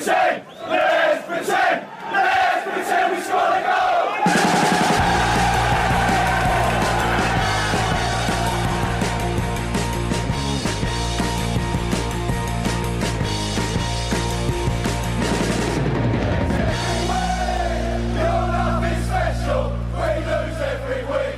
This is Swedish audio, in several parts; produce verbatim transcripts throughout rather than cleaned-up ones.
pretend! Let's pretend! Let's pretend we scored a goal! You're nothing special. We lose every week.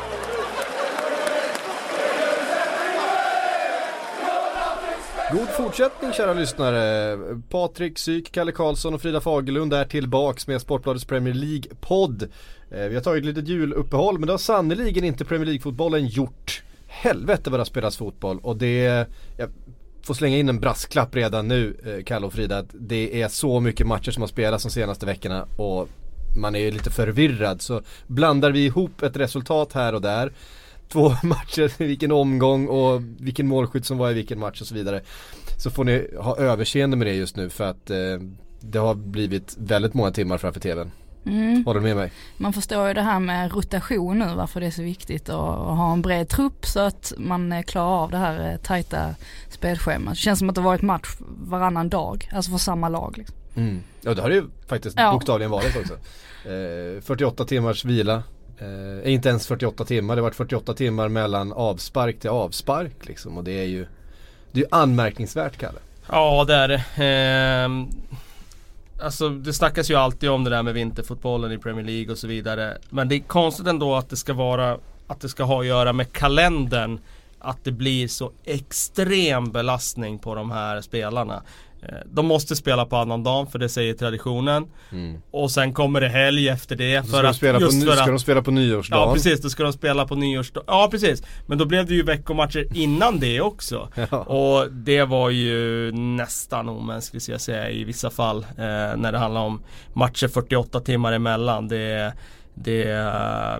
God fortsättning, kära lyssnare. Patrik Syk, Kalle Karlsson och Frida Fagerlund är tillbaks med Sportbladets Premier League-podd. Vi har tagit ett litet juluppehåll, men det har sannoliken inte Premier League-fotbollen gjort. Helvete vad det har spelats fotboll. Och det, jag får slänga in en brasklapp redan nu, Kalle och Frida, att det är så mycket matcher som har spelats de senaste veckorna och man är ju lite förvirrad. Så blandar vi ihop ett resultat här och där, två matcher, vilken omgång och vilken målskytt som var i vilken match och så vidare, så får ni ha överseende med det just nu, för att eh, det har blivit väldigt många timmar framför tvn. Mm. Håller du med mig? Man förstår ju det här med rotation nu, varför det är så viktigt att, att ha en bred trupp så att man klarar av det här eh, tajta spelschemat. Det känns som att det har varit match varannan dag, alltså för samma lag liksom. Mm. Ja, det har det ju faktiskt ja. bokstavligen varit också. eh, fyrtioåtta timmars vila. Eh, inte ens fyrtioåtta timmar, det har varit fyrtioåtta timmar mellan avspark till avspark liksom, och det är ju det är ju anmärkningsvärt, Kalle. Ja, det är det. Eh, alltså det snackas ju alltid om det där med vinterfotbollen i Premier League och så vidare, men det är konstigt ändå att det ska vara att det ska ha att göra med kalendern, att det blir så extrem belastning på de här spelarna. De måste spela på annan dag, för det säger traditionen. Mm. Och sen kommer det helg efter det. För ska, att, de spela just på, för ska att, de spela på nyårsdagen? Ja, precis. Då ska de spela på nyårsdagen. Ja, precis. Men då blev det ju veckomatcher innan det också. Ja. Och det var ju nästan omänskligt, ska jag säga, i vissa fall. Eh, när det handlar om matcher fyrtioåtta timmar emellan. Det, det,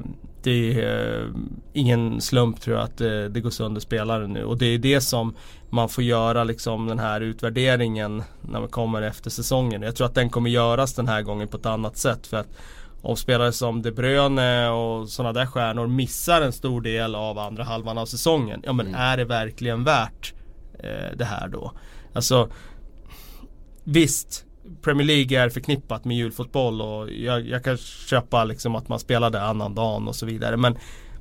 det är ingen slump, tror jag, att det, det går sönder spelare nu. Och det är det som man får göra, liksom, den här utvärderingen när man kommer efter säsongen. Jag tror att den kommer göras den här gången på ett annat sätt, för att om spelare som De Bruyne och sådana där stjärnor missar en stor del av andra halvan av säsongen, ja men mm. är det verkligen värt eh, det här då? Alltså, visst, Premier League är förknippat med julfotboll och jag, jag kan köpa liksom att man spelar det annan dagen och så vidare, men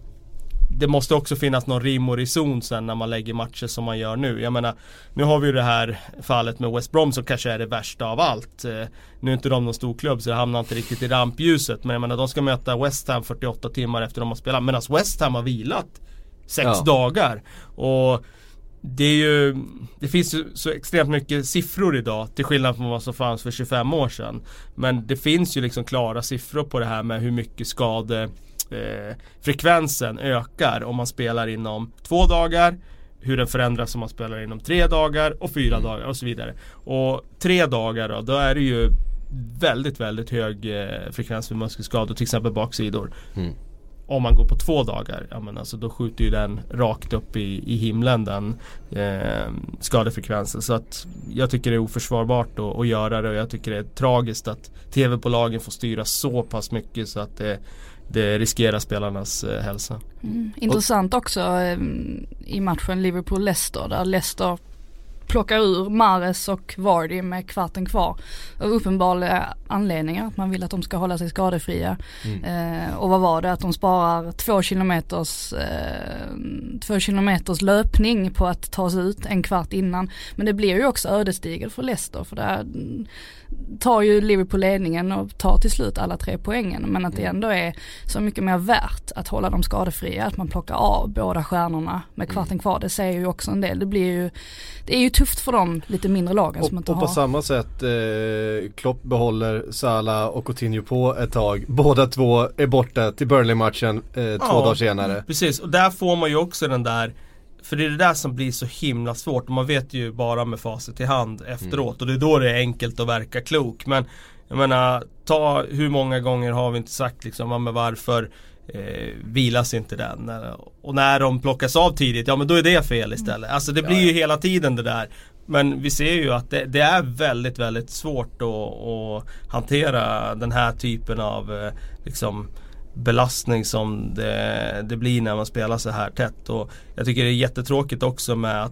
det måste också finnas någon rim och reson sen när man lägger matcher som man gör nu. Jag menar, nu har vi ju det här fallet med West Brom som kanske är det värsta av allt. Nu är inte de någon stor klubb, så det hamnar inte riktigt i rampljuset, men jag menar, de ska möta West Ham fyrtioåtta timmar efter de har spelat, medan West Ham har vilat sex ja. dagar. Och det är ju, det finns ju så extremt mycket siffror idag, till skillnad från vad som fanns för tjugofem år sedan. Men det finns ju liksom klara siffror på det här med hur mycket skade Eh, frekvensen ökar om man spelar inom två dagar, hur den förändras om man spelar inom tre dagar och fyra mm. dagar och så vidare. Och tre dagar då, då är det ju väldigt, väldigt hög eh, frekvens för muskelskador, till exempel baksidor. Mm. Om man går på två dagar, ja, men alltså, då skjuter ju den rakt upp i, i himlen, den eh, skadefrekvensen. Så att jag tycker det är oförsvarbart att, att göra det, och jag tycker det är tragiskt att tv-bolagen får styra så pass mycket så att det Det riskerar spelarnas eh, hälsa. Mm. Intressant också eh, i matchen Liverpool-Leicester, där Leicester plockar ur Mahrez och Vardy med kvarten kvar. Av uppenbara anledningar, att man vill att de ska hålla sig skadefria. Mm. Eh, och vad var det? Att de sparar två kilometers, eh, två kilometers löpning på att ta sig ut en kvart innan. Men det blir ju också ödesdigert för Leicester, för där tar ju Liverpool ledningen och tar till slut alla tre poängen. Men att det ändå är så mycket mer värt att hålla dem skadefria, att man plockar av båda stjärnorna med kvarten kvar. Det säger ju också en del. Det blir ju, det är ju tufft för dem lite mindre lagen och, som inte och har. På samma sätt eh, Klopp behåller Salah och Coutinho på ett tag. Båda två är borta till Burnley-matchen eh, ja, två dagar senare. Precis, och där får man ju också den där, för det är det där som blir så himla svårt, och man vet ju bara med facit i hand efteråt, mm. och det är då det är enkelt att verka klok. Men jag menar, ta hur många gånger har vi inte sagt liksom, men varför eh, vilas inte den? Och när de plockas av tidigt, ja men då är det fel istället. Alltså det blir ju hela tiden det där. Men vi ser ju att det, det är väldigt, väldigt svårt att, att hantera den här typen av eh, liksom belastning som det, det blir när man spelar så här tätt. Och jag tycker det är jättetråkigt också med att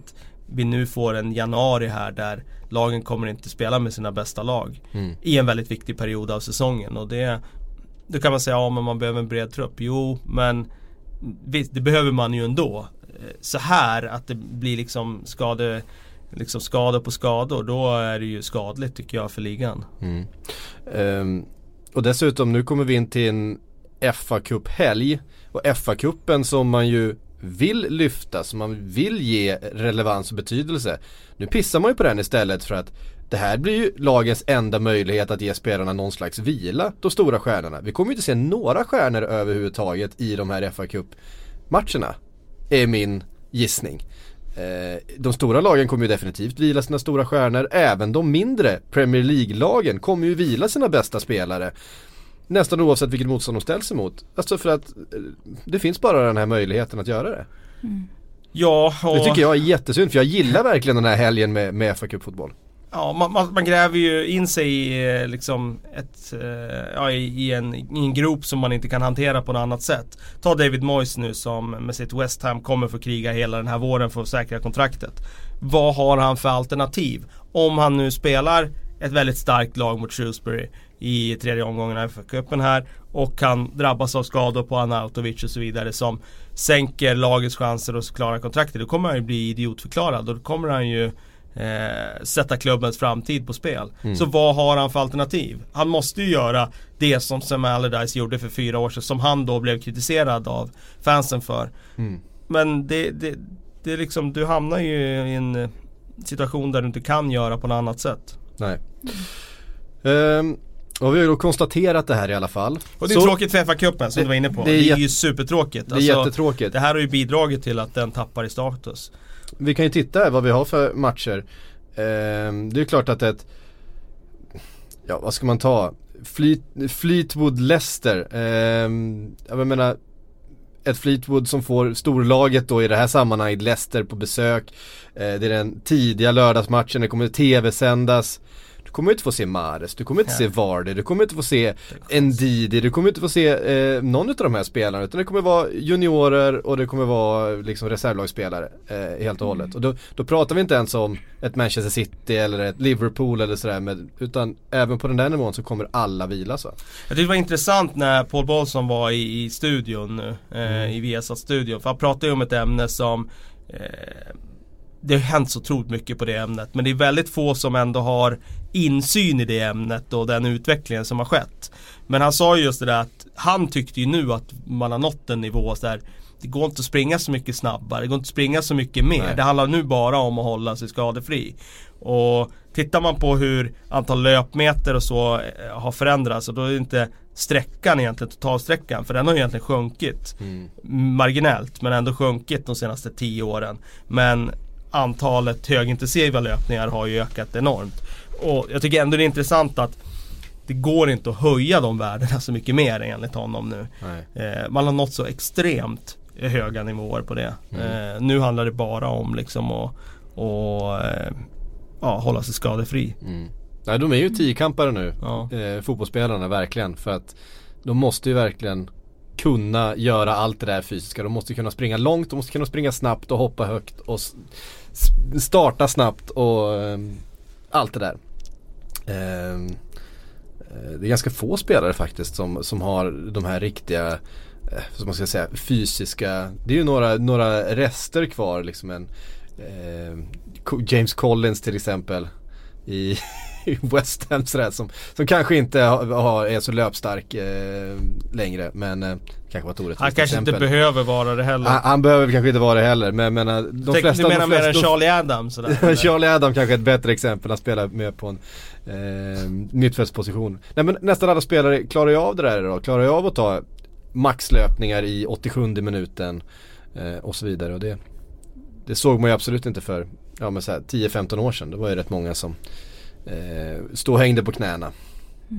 vi nu får en januari här där lagen kommer inte spela med sina bästa lag mm. i en väldigt viktig period av säsongen. Och det, det kan man säga, ja men man behöver en bred trupp. Jo, men visst, det behöver man ju ändå. Så här att det blir liksom skade, liksom skador på skador, då är det ju skadligt tycker jag för ligan. Mm. Um, och dessutom nu kommer vi in till en F A-cup-helg, och F A-cupen som man ju vill lyfta, som man vill ge relevans och betydelse. Nu pissar man ju på den istället, för att det här blir ju lagens enda möjlighet att ge spelarna någon slags vila, de stora stjärnorna. Vi kommer ju inte se några stjärnor överhuvudtaget i de här F A-cup-matcherna, är min gissning. Eh, de stora lagen kommer ju definitivt vila sina stora stjärnor. Även de mindre Premier League-lagen kommer ju vila sina bästa spelare, nästan oavsett vilket motstånd de ställs emot. Alltså för att eh, det finns bara den här möjligheten att göra det. Mm. Ja, och... Det tycker jag är jättesynd, för jag gillar verkligen den här helgen med, med F A-cup-fotboll. Ja, man, man, man gräver ju in sig i, liksom ett, ja, i, i, en, i en grop som man inte kan hantera på något annat sätt. Ta David Moyes nu som med sitt West Ham kommer för kriga hela den här våren för att säkra kontraktet. Vad har han för alternativ? Om han nu spelar ett väldigt starkt lag mot Shrewsbury i tredje omgången av F A-cupen här och kan drabbas av skador på Arnautovic och så vidare som sänker lagets chanser att klara kontraktet, då kommer han ju bli idiotförklarad och då kommer han ju Eh, sätta klubbens framtid på spel. Mm. Så vad har han för alternativ? Han måste ju göra det som Sam Allardyce gjorde för fyra år sedan, som han då blev kritiserad av fansen för. Mm. Men det, det, det är liksom, du hamnar ju i en situation där du inte kan göra på något annat sätt. Nej. Um, och vi har ju då konstaterat det här i alla fall. Och det är så, tråkigt för F A-cupen som det, du var inne på. Det är, det är jätt, ju supertråkigt. Det är alltså, jättetråkigt. Det här har ju bidragit till att den tappar i status. Vi kan ju titta vad vi har för matcher. Eh, det är klart att ett, ja vad ska man ta? Fleet, Fleetwood Leicester. Eh, jag menar, ett Fleetwood som får storlaget då i det här sammanhanget, Leicester på besök. Eh, det är den tidiga lördagsmatchen, det kommer tv-sändas. Du kommer inte få se Mahrez, du kommer inte ja. se Vardy, du kommer inte få se Ndidi, du kommer inte få se eh, någon av de här spelarna, utan det kommer vara juniorer och det kommer vara liksom reservlagsspelare eh, helt och hållet. Och då, då pratar vi inte ens om ett Manchester City eller ett Liverpool eller sådär, med, utan även på den där nivån så kommer alla vila så. Jag tycker det var intressant när Paul Bolson var i, i studion nu, eh, mm. i Viasat-studion, för han pratade ju om ett ämne som eh, det har hänt så otroligt mycket på det ämnet, men det är väldigt få som ändå har insyn i det ämnet och den utvecklingen som har skett. Men han sa just det där att han tyckte ju nu att man har nått en nivå så där, det går inte att springa så mycket snabbare, det går inte att springa så mycket mer. Nej. Det handlar nu bara om att hålla sig skadefri. Och tittar man på hur antal löpmeter och så har förändrats, så då är det inte sträckan egentligen, totalsträckan, för den har egentligen sjunkit mm. marginellt, men ändå sjunkit de senaste tio åren. Men antalet högintensiva löpningar har ju ökat enormt. Och jag tycker ändå det är intressant att det går inte att höja de värdena så mycket mer enligt honom nu. Eh, man har nått så extremt höga nivåer på det. Mm. Eh, nu handlar det bara om liksom att och, eh, ja, hålla sig skadefri. Mm. Nej, de är ju tiokampare nu, ja. eh, fotbollsspelarna verkligen, för att de måste ju verkligen kunna göra allt det där fysiska. De måste kunna springa långt, de måste kunna springa snabbt och hoppa högt och s- starta snabbt och um, allt det där. Um, det är ganska få spelare faktiskt som, som har de här riktiga, eh, som man ska säga, fysiska. Det är ju några, några rester kvar, liksom en eh, James Collins till exempel i West Ham sådär, som, som kanske inte har, har, är så löpstark eh, längre, men eh, kanske var ett orättvist han kanske exempel. Inte behöver vara det heller. Han, han behöver kanske inte vara det heller, men menar, de Tänk, flesta... Du menar de flesta, mer än Charlie Adam sådär? Charlie Adam kanske är ett bättre exempel. Han spelar med på en eh, mittfältsposition. Nej, men nästan alla spelare klarar ju av det där då. Klarar ju av att ta maxlöpningar i åttiosjunde minuten eh, och så vidare. Och det, det såg man ju absolut inte för ja, men så här, tio femton år sedan. Det var ju rätt många som eh, stod och hängde på knäna. Mm.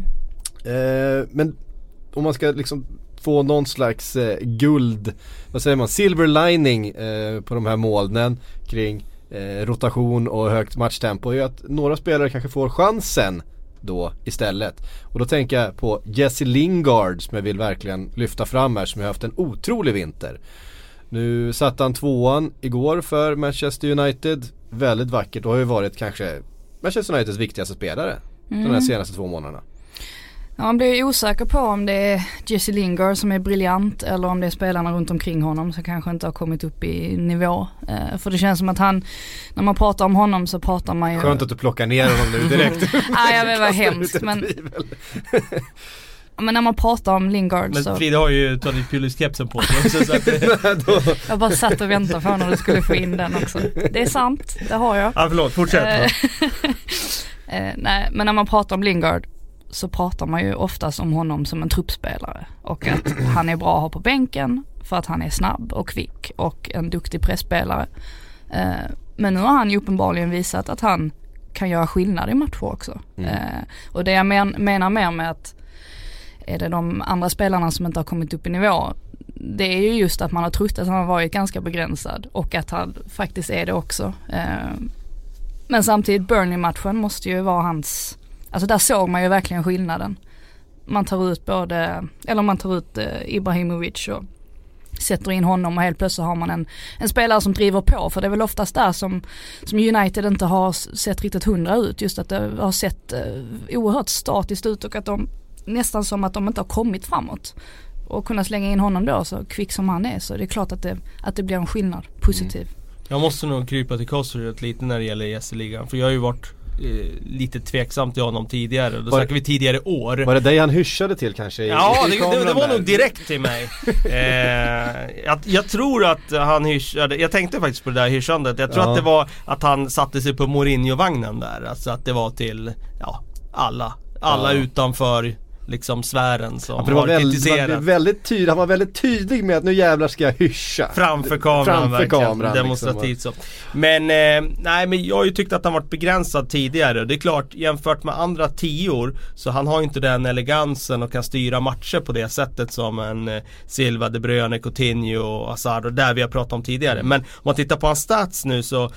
Eh, men om man ska liksom få någon slags eh, guld, vad säger man, silver lining eh, på de här molnen kring eh, rotation och högt matchtempo, är ju att några spelare kanske får chansen då istället. Och då tänker jag på Jesse Lingard, som jag vill verkligen lyfta fram här, som har haft en otrolig vinter. Nu satt han tvåan igår för Manchester United. Väldigt vackert och har ju varit kanske Manchester Uniteds viktigaste spelare mm. de här senaste två månaderna. Ja, man blir osäker på om det är Jesse Lingard som är briljant eller om det är spelarna runt omkring honom som kanske inte har kommit upp i nivå. Eh, för det känns som att han, när man pratar om honom så pratar man ju... Skönt att du plockar ner honom nu direkt. Nej, jag vet vad hemskt. Men... men när man pratar om Lingard men så... Men Frida har ju tagit Pulis-kepsen på sig. Så att det... jag bara satt och väntade på när du skulle få in den också. Det är sant, det har jag. Ja, förlåt, fortsätt. eh, nej, men när man pratar om Lingard så pratar man ju oftast om honom som en truppspelare och att han är bra att ha på bänken för att han är snabb och kvick och en duktig pressspelare. Eh, men nu har han ju uppenbarligen visat att han kan göra skillnad i matcher också. Mm. Eh, och det jag men, menar mer med att är det de andra spelarna som inte har kommit upp i nivå, det är ju just att man har trott att han har varit ganska begränsad och att han faktiskt är det också. Eh, men samtidigt Burnley-matchen måste ju vara hans... Alltså där såg man ju verkligen skillnaden. Man tar ut både, eller man tar ut eh, Ibrahimovic och sätter in honom och helt plötsligt har man en, en spelare som driver på. För det är väl oftast där som, som United inte har sett riktigt hundra ut. Just att det har sett eh, oerhört statiskt ut och att de nästan som att de inte har kommit framåt. Och kunna slänga in honom då så kvick som han är, så det är klart att det, att det blir en skillnad, positiv. Mm. Jag måste nog krypa till korset lite när det gäller Gästeligan, för jag har ju varit eh, lite tveksam till honom tidigare. Då snackar vi tidigare år. Var det dig han hyschade till kanske? I, ja, i det, det, det var nog direkt till mig. eh, jag, jag tror att han hyschade, jag tänkte faktiskt på det där hyschandet. Jag tror ja. att det var att han satte sig på Mourinho-vagnen där. Alltså att det var till ja, alla. Alla ja. utanför liksom sfären som ja, har väldigt, kritiserat. Väldigt tydlig, han var väldigt tydlig med att nu jävlar ska jag hyscha. Framför kameran, Framför kameran demonstrativt liksom. så. Men, eh, nej, men jag har ju tyckt att han varit begränsad tidigare. Det är klart, jämfört med andra tior så han har ju inte den elegansen och kan styra matcher på det sättet som en eh, Silva, De Bruyne, Coutinho och Hazard och där vi har pratat om tidigare. Men om man tittar på hans stats nu så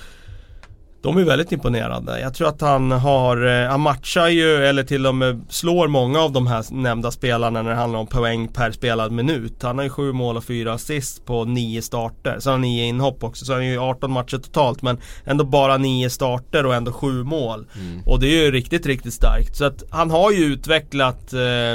de är väldigt imponerande. Jag tror att han har, han matchar ju eller till och med slår många av de här nämnda spelarna när det handlar om poäng per spelad minut. Han har ju sju mål och fyra assist på nio starter. Så han har nio inhopp också. Så han har ju arton matcher totalt, men ändå bara nio starter och ändå sju mål. Mm. Och det är ju riktigt, riktigt starkt. Så att han har ju utvecklat eh,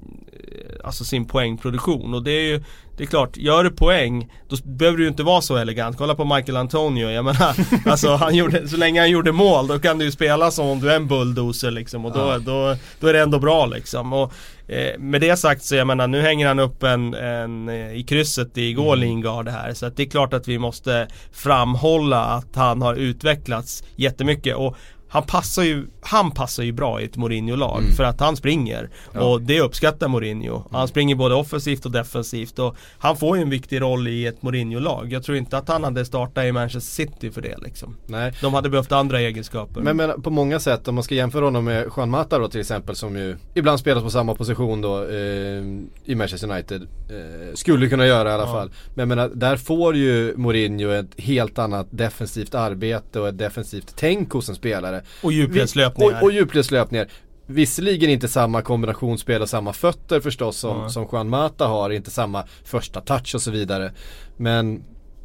alltså sin poängproduktion. Och det är ju det är klart, gör du poäng då behöver du ju inte vara så elegant. Kolla på Michael Antonio, jag menar alltså han gjorde, så länge han gjorde mål då kan du ju spela som om du är en bulldozer liksom, och då, ja. då, då är det ändå bra liksom. Och eh, med det sagt så jag menar, nu hänger han upp en, en i krysset igår mm. Lingard här, så att det är klart att vi måste framhålla att han har utvecklats jättemycket. Och Han passar ju han passar ju bra i ett Mourinho-lag mm. för att han springer ja. och det uppskattar Mourinho. Mm. Han springer både offensivt och defensivt och han får ju en viktig roll i ett Mourinho-lag. Jag tror inte att han hade startat i Manchester City för det liksom. Nej. De hade behövt andra egenskaper. Men, men på många sätt, om man ska jämföra honom med Juan Mata då till exempel, som ju ibland spelar på samma position då eh, i Manchester United, eh, skulle kunna göra i alla ja. fall. Men menar, där får ju Mourinho ett helt annat defensivt arbete och ett defensivt tänk hos en spelare. Och djupledslöpningar. Och, och djupledslöpningar. Visserligen inte samma kombinationsspel och samma fötter förstås som, mm. som Juan Mata har, inte samma första touch och så vidare. Men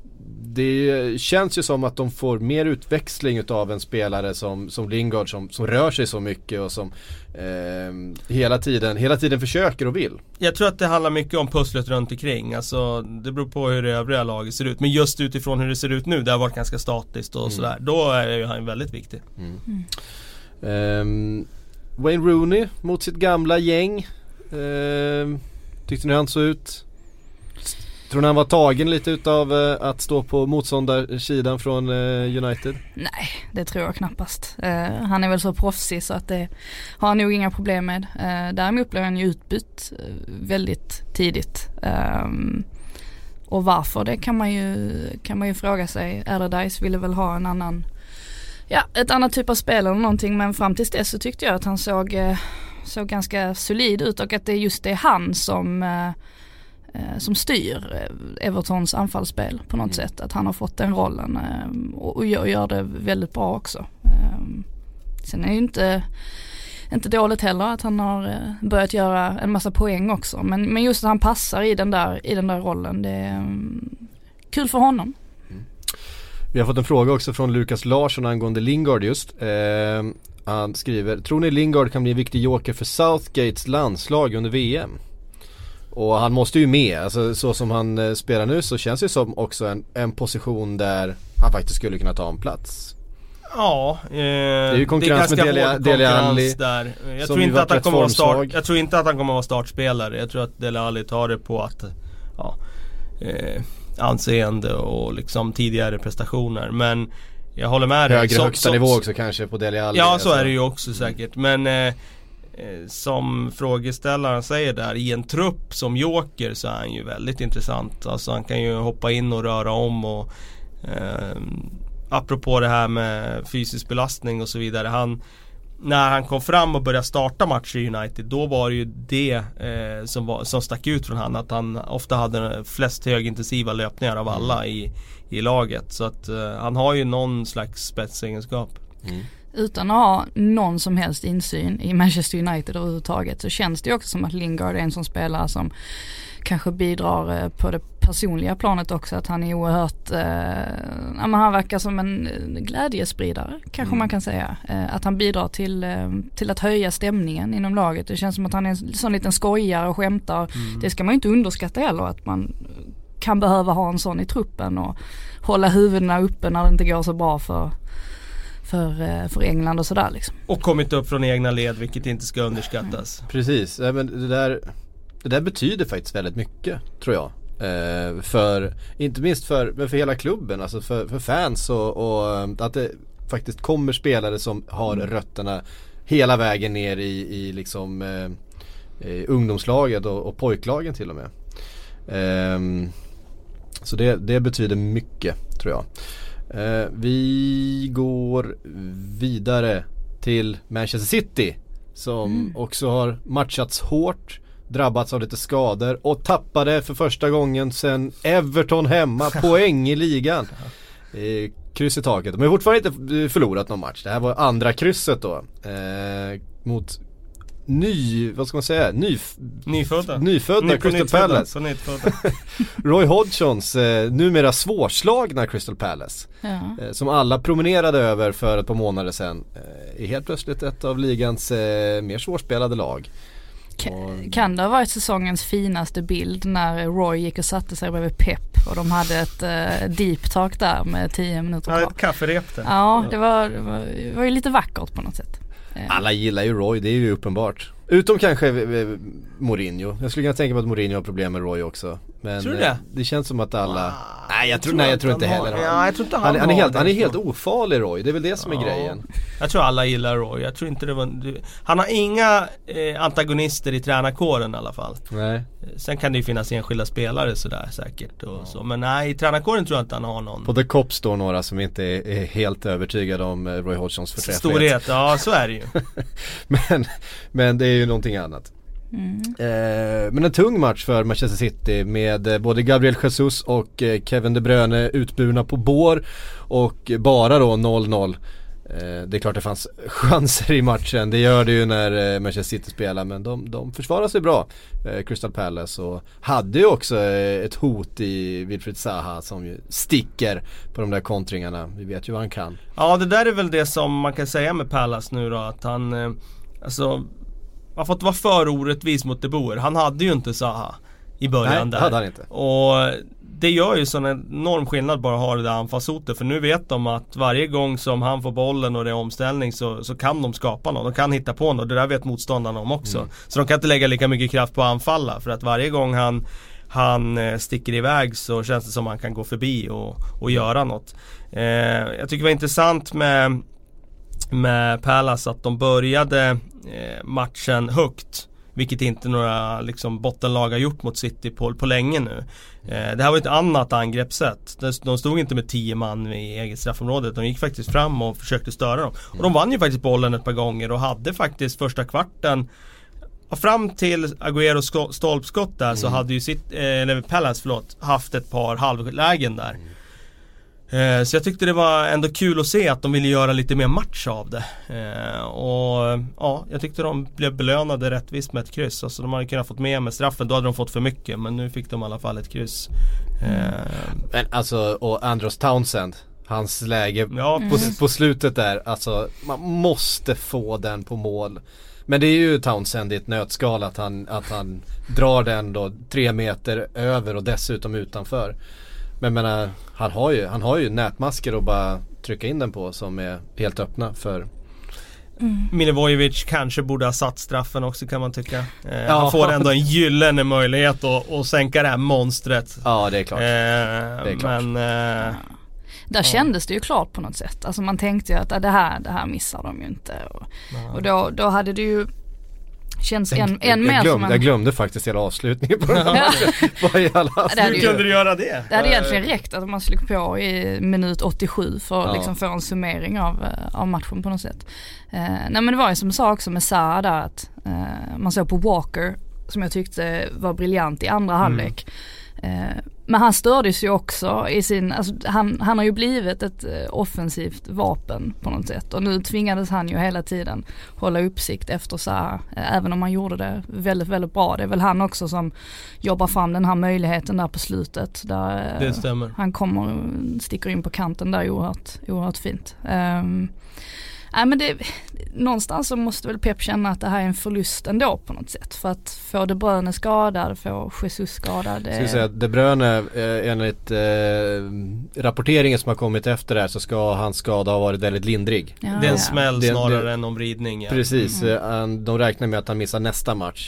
det känns ju som att de får mer utväxling utav en spelare som, som Lingard som, som rör sig så mycket och som eh, hela tiden hela tiden försöker och vill. Jag tror att det handlar mycket om pusslet runt omkring. Alltså, det beror på hur det övriga laget ser ut. Men just utifrån hur det ser ut nu, det har varit ganska statiskt och mm. sådär. Då är ju han väldigt viktig. Mm. Mm. Um, Wayne Rooney mot sitt gamla gäng. Um, tyckte ni han såg ut? Tror ni han var tagen lite utav uh, att stå på motståndarsidan från uh, United? Nej, det tror jag knappast. Uh, han är väl så proffsig så att det har han nog inga problem med. Uh, däremot blev han ju utbytt uh, väldigt tidigt. Um, och varför, det kan man ju, kan man ju fråga sig. Allardyce ville väl ha en annan, ja, ett annat typ av spel eller någonting, men fram tills dess så tyckte jag att han såg, uh, såg ganska solid ut och att det är just det han som... Uh, som styr Evertons anfallsspel på något mm. sätt, att han har fått den rollen och gör det väldigt bra också. Sen är det ju inte inte dåligt heller att han har börjat göra en massa poäng också, men, men just att han passar i den där, i den där rollen, det kul för honom. Mm. Vi har fått en fråga också från Lukas Larsson angående Lingard just. Eh, han skriver, tror ni Lingard kan bli en viktig joker för Southgates landslag under V M? Och han måste ju med, alltså så som han eh, spelar nu så känns det som också en, en position där han faktiskt skulle kunna ta en plats. Ja, eh, det är ju konkurrens det är med Dele, Dele Alli där. Jag tror inte att han kommer vara start, jag tror inte att han kommer vara startspelare. Jag tror att Dele Alli tar det på att ja, eh, anseende och liksom tidigare prestationer. Men jag håller med dig. Högre så, högsta så, nivå också kanske på Dele Alli. Ja, så alltså. är det ju också säkert. Men eh, som frågeställaren säger där, i en trupp som joker så är han ju väldigt intressant. Alltså han kan ju hoppa in och röra om och eh, apropå det här med fysisk belastning och så vidare. Han, när han kom fram och började starta matcher i United, då var det ju det eh, som, var, som stack ut från han. Att han ofta hade flest högintensiva löpningar av alla i, i laget. Så att eh, han har ju någon slags spetsegenskap. Mm. Utan att ha någon som helst insyn i Manchester United överhuvudtaget så känns det ju också som att Lingard är en som spelar som kanske bidrar på det personliga planet också, att han är oerhört eh, ja, men han verkar som en glädjespridare kanske mm. man kan säga, eh, att han bidrar till, eh, till att höja stämningen inom laget. Det känns som att han är en sån liten skojare och skämtar. Mm. Det ska man ju inte underskatta heller, att man kan behöva ha en sån i truppen och hålla huvudena uppe när det inte går så bra för För, för England och sådär liksom. Och kommit upp från egna led, vilket inte ska underskattas. Mm. Precis, ja, men det där, det där betyder faktiskt väldigt mycket, tror jag. Eh, för, inte minst för, för hela klubben, alltså för, för fans och, och att det faktiskt kommer spelare som har mm. rötterna hela vägen ner i, i liksom eh, i ungdomslaget och, och pojklagen till och med. Eh, så det, det betyder mycket, tror jag. Uh, vi går vidare till Manchester City som mm. också har matchats hårt, drabbats av lite skador och tappade för första gången sedan Everton hemma poäng i ligan. Uh, kryss i taket. De har fortfarande inte förlorat någon match. Det här var andra krysset då uh, mot ny, vad ska man säga? Ny, nyfödda. Nyfödda Ny, Crystal nyfödda, Palace. Roy Hodgsons eh, numera svårslagna Crystal Palace. Ja. Eh, som alla promenerade över för ett par månader sedan. Eh, är helt plötsligt ett av ligans eh, mer svårspelade lag. K- kan det ha varit säsongens finaste bild när Roy gick och satte sig bredvid Pep och de hade ett uh, deep talk där med tio minuter kvar. Ja, ett kafferep där. Ja, det var, det var, det var ju lite vackert på något sätt. Alla gillar ju Roy, det är ju uppenbart. Utom kanske eh, Mourinho. Jag skulle kunna tänka mig att Mourinho har problem med Roy också. Men tror du det? Eh, det känns som att alla... Wow. Nej, jag tror, nej, jag tror inte heller har... ja, jag tror inte han, han, han, är helt, han är så. helt ofarlig, Roy. Det är väl det som ja. är grejen. Jag tror alla gillar Roy. Jag tror inte det var... Han har inga eh, antagonister i tränarkåren i alla fall. Nej. Sen kan det ju finnas enskilda spelare sådär säkert och ja. så. Men nej, i tränarkåren tror jag inte han har någon. På The Cop står några som inte är, är helt övertygade om Roy Hodgsons förträfflighet. Storhet, ja så är det ju. men, men det är ju någonting annat. Mm. Eh, men en tung match för Manchester City med eh, både Gabriel Jesus och eh, Kevin De Bruyne utburna på bår och bara då noll noll. Eh, det är klart det fanns chanser i matchen, det gör det ju när eh, Manchester City spelar, men de, de försvarar sig bra, eh, Crystal Palace, och hade ju också eh, ett hot i Wilfried Zaha som ju sticker på de där kontringarna. Vi vet ju vad han kan. Ja, det där är väl det som man kan säga med Palace nu då, att han eh, alltså man får inte vara för orättvis mot De Boer. Han hade ju inte Zaha i början. Nej, där. Hade han inte. Och det gör ju sån enorm skillnad bara att ha det där anfallshotet. För nu vet de att varje gång som han får bollen och det är omställning så, så kan de skapa något. De kan hitta på något. Det där vet motståndarna om också. Mm. Så de kan inte lägga lika mycket kraft på att anfalla. För att varje gång han, han sticker iväg så känns det som att han kan gå förbi och, och göra något. Eh, jag tycker det var intressant med med Palace att de började eh, matchen högt, vilket inte några liksom, bottenlag har gjort mot City på, på länge nu. Eh, det här var ett annat angreppssätt. De, de stod inte med tio man i eget straffområdet. De gick faktiskt fram och försökte störa dem. Och de vann ju faktiskt bollen ett par gånger och hade faktiskt första kvarten, och fram till Agüeros stolpskott där, mm. så hade ju sitt, eh, eller Palace förlåt, haft ett par halvlägen där. Eh, så jag tyckte det var ändå kul att se att de ville göra lite mer match av det. Eh, och ja, jag tyckte de blev belönade rättvist med ett kryss. Alltså de hade kunnat fått med med straffen, då hade de fått för mycket. Men nu fick de i alla fall ett kryss. Eh, Men alltså, och Andros Townsend, hans läge ja, på, på slutet där, alltså man måste få den på mål. Men det är ju Townsend i ett nötskal att han, att han drar den då tre meter över och dessutom utanför. Men menar, han har ju, han har ju nätmasker att bara trycka in den på som är helt öppna för... Mm. Milivojevic kanske borde ha satt straffen också, kan man tycka. Eh, Ja. Han får ändå en gyllene möjlighet att, att sänka det här monstret. Ja, det är klart. Eh, det är klart. Men eh, Där kändes det ju klart på något sätt. Alltså man tänkte ju att ah, det, här, det här missar de ju inte. Och, och då, då hade det ju känns en, en jag, mer glömde, som en... jag glömde faktiskt hela avslutningen på den här matchen. Vad i alla det hade hur ju- kunde du göra det? Det hade egentligen räckt att man slog på i minut åttiosju för att Ja. liksom få en summering av, eh, av matchen på något sätt. Eh, nej men det var ju som jag sa också med Sarr där att eh, man såg på Walker som jag tyckte var briljant i andra halvlek. Eh, men han stördes ju också i sin, alltså han, han har ju blivit ett eh, offensivt vapen på något sätt och nu tvingades han ju hela tiden hålla uppsikt efter Sarr, eh, även om han gjorde det väldigt, väldigt bra. Det är väl han också som jobbar fram den här möjligheten där på slutet där eh, Det stämmer. han kommer och sticker in på kanten där oerhört, oerhört fint. Um, nej men det, någonstans så måste väl Pep känna att det här är en förlust ändå på något sätt. För att få De Bruyne skadad, få Jesus skadad. Det... Jag skulle säga att De Bruyne, eh, enligt eh, rapporteringen som har kommit efter det här, så ska hans skada ha varit väldigt lindrig. Ja, Det är en ja. smäll Det- snarare det- än en vridning. Ja. Precis, eh, han- de räknar med att han missar nästa match.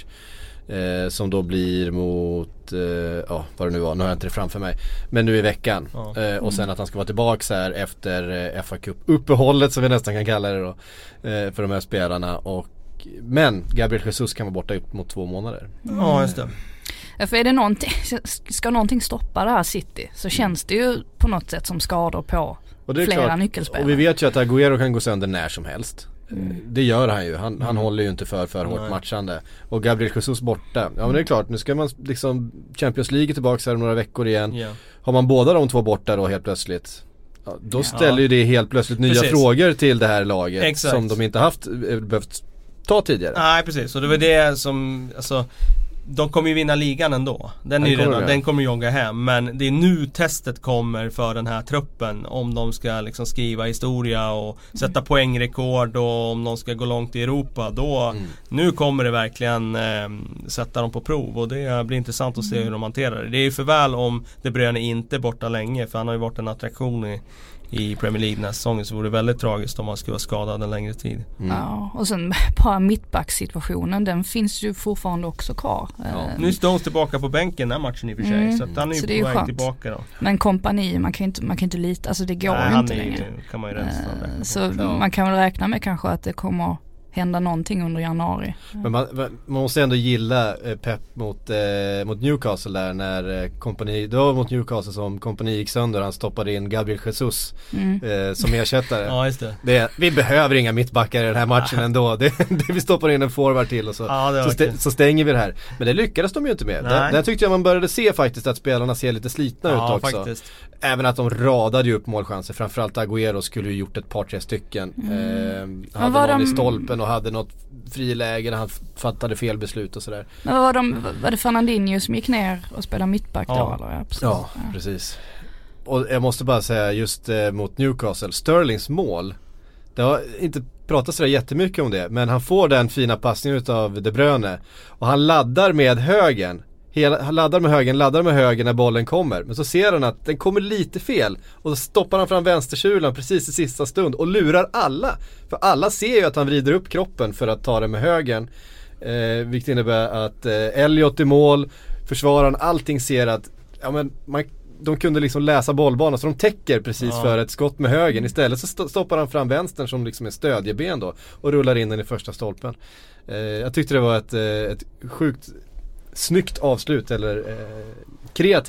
Eh, som då blir mot, eh, ja vad det nu var, nu har jag inte det framför mig. Men nu i veckan. Ja. Eh, och sen att han ska vara tillbaka här efter eh, F A Cup-uppehållet som vi nästan kan kalla det då. Eh, för de här spelarna. Och, men Gabriel Jesus kan vara borta upp mot två månader. Ja, just det. Ja, för är det någonting, ska någonting stoppa det här City så känns det ju på något sätt som skador på Och det är flera klart, nyckelspelare. och vi vet ju att Agüero kan gå sönder när som helst. Mm. Det gör han ju. Han, han Mm. håller ju inte för för hårt Nej. matchande. Och Gabriel Jesus borta. Ja men det är klart, nu ska man liksom Champions League tillbaka här om några veckor igen. Ja. Har man båda de två borta då helt plötsligt, ja, då ställer ju det helt plötsligt nya Precis. frågor till det här laget. Exakt. Som de inte haft, eh, behövt ta tidigare. Nej, precis. Och det var det som, alltså, de kommer ju vinna ligan ändå. Den, är ju Den kommer redan, det. den kommer jogga hem. Men det är nu testet kommer för den här truppen. Om de ska liksom skriva historia och sätta poängrekord och om de ska gå långt i Europa. Då, Mm. nu kommer det verkligen eh, sätta dem på prov. Och det blir intressant att se hur de hanterar det. Det är ju för väl om De Bruyne inte är borta länge. För han har ju varit en attraktion i, i Premier League nästa säsongen. Så vore det väldigt tragiskt om han skulle vara skadad en längre tid. Mm. Ja, och sen bara mittbacksituationen, den finns ju fortfarande också kvar. Ja. Eh, Nu är Stones tillbaka på bänken den här matchen i och för sig. Mm. Så att han är ju Så på det är ju väg skönt. tillbaka då. Men kompani, man kan ju inte, man kan inte lita, alltså det går Nej, ju han inte är längre. ju, kan man ju rätt Eh, Så Ja. man kan väl räkna med kanske att det kommer hända någonting under januari. Men man, man måste ändå gilla eh, Pep mot, eh, mot Newcastle där när eh, kompani, det var mot Newcastle som kompani gick sönder. Han stoppade in Gabriel Jesus Mm. eh, som ersättare. Ja, just det. Det, vi behöver inga mittbackar i den här matchen ändå. Det, det, vi stoppar in en forward till och så, Ja, det var så, stä, kul. så stänger vi det här. Men det lyckades de ju inte med. Där, Nej. där tyckte jag man började se faktiskt att spelarna ser lite slitna Ja, ut också. faktiskt. Även att de radade ju upp målchanser. Framförallt Agüero skulle ju gjort ett par tre stycken. Mm. Eh, hade var någon de- i stolpen och hade något friläge när han f- fattade fel beslut och sådär. Men vad var, de, var det Fernandinho som gick ner och spelade mittback Ja. då? Eller? Ja, precis. Ja, precis. Och jag måste bara säga just eh, mot Newcastle, Sterlings mål. Det har inte pratat så där jättemycket om det, men han får den fina passningen utav De Bruyne och han laddar med högen. Hela, han laddar med högen, laddar med högen när bollen kommer. Men så ser han att den kommer lite fel. Och så stoppar han fram vänstersulan precis i sista stund och lurar alla. För alla ser ju att han vrider upp kroppen för att ta den med högen. Eh, vilket innebär att eh, Elliot i mål, försvararen, allting ser att ja, men man, de kunde liksom läsa bollbanan så de täcker precis Ja. för ett skott med högen. Istället så st- stoppar han fram vänstern som liksom är stödjeben då och rullar in den i första stolpen. Eh, jag tyckte det var ett, eh, ett sjukt snyggt avslut eller eh, kreativt.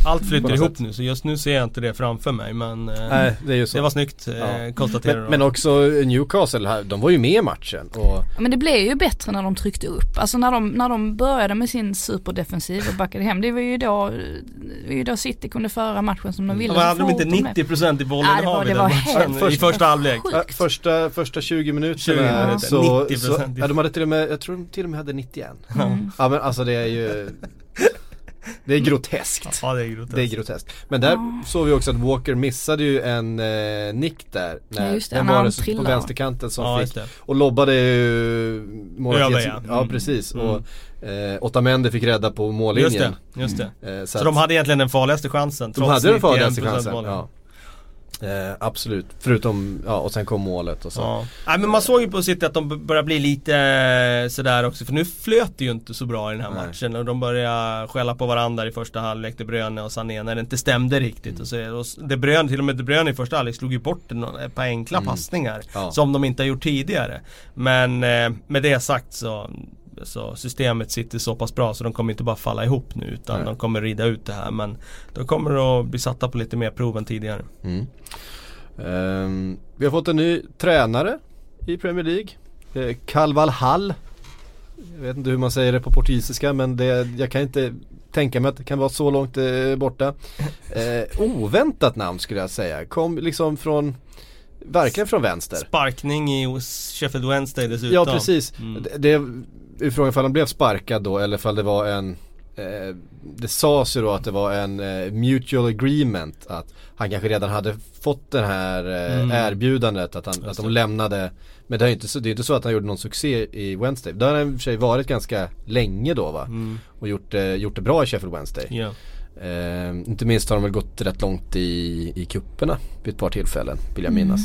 Allt flyter ihop nu, så just nu ser jag inte det framför mig, men eh, Nej, det, är ju så. det var snyggt eh, Ja. konstaterat. Men, men också Newcastle här, de var ju med i matchen. Och... Men det blev ju bättre när de tryckte upp. Alltså när de, när de började med sin superdefensiv och backade hem. Det var ju då, det var ju då City kunde föra matchen som de ville. Men hade de inte nittio procent i bollen? Ja, det var, det var helt matchen, i första halvlek. Ja, första, första tjugo minuterna tjugo minuter, så, nittio procent. så ja, de hade till och med, jag tror de till och med hade nittioen. Mm. Ja men alltså det är ju det är groteskt. Ja, det är groteskt. Det är groteskt. Men där Ja. såg vi också att Walker missade ju en eh, nick där. När, Ja, just det, den när var han det på trillar. vänsterkanten som Ja, fick. just det. Och lobbade ju målet. Över, ja. Ja Mm. precis. Mm. Och eh, Otamendi fick rädda på mållinjen. Just det, just det. Eh, så Så att de hade egentligen den farligaste chansen. de hade den farligaste nittioen procent chansen. bollen. Ja. Eh, absolut. Förutom, ja och sen kom målet och så. Ja. Nej, men man såg ju på City att de börjar bli lite eh, sådär också. För nu flöt det ju inte så bra i den här Nej. matchen. Och de började skälla på varandra i första halvlek, De Bruyne och Sané, när det inte stämde riktigt. Och så, och De Bruyne, till och med De Bruyne i första halvlek slog ju bort ett par enkla Mm. passningar. Ja. Som de inte har gjort tidigare. Men eh, med det sagt så Så systemet sitter så pass bra så de kommer inte bara falla ihop nu, utan Nej. de kommer rida ut det här. Men de kommer att bli satta på lite mer prov än tidigare. Mm. Um, vi har fått en ny tränare i Premier League, eh, Carvalhal. Jag vet inte hur man säger det på portugisiska, men det, jag kan inte tänka mig att det kan vara så långt eh, borta. Eh, oväntat namn skulle jag säga. Kom liksom från, verkligen från vänster. Sparkning i Sheffield Wednesday dessutom. Ja precis. Mm. Det, det är frågan ifall han blev sparkad då, eller ifall det var en eh, det sades ju då att det var en eh, mutual agreement, att han kanske redan hade fått det här eh, Mm. erbjudandet att, han, att de lämnade. Men det är inte så, det är inte så att han gjorde någon succé i Wednesday. Det har han i och för sig varit ganska länge då va. Mm. Och gjort, eh, gjort det bra i Sheffield Wednesday. Ja. Eh, inte minst har de väl gått rätt långt i, i kupperna vid ett par tillfällen, vill jag minnas.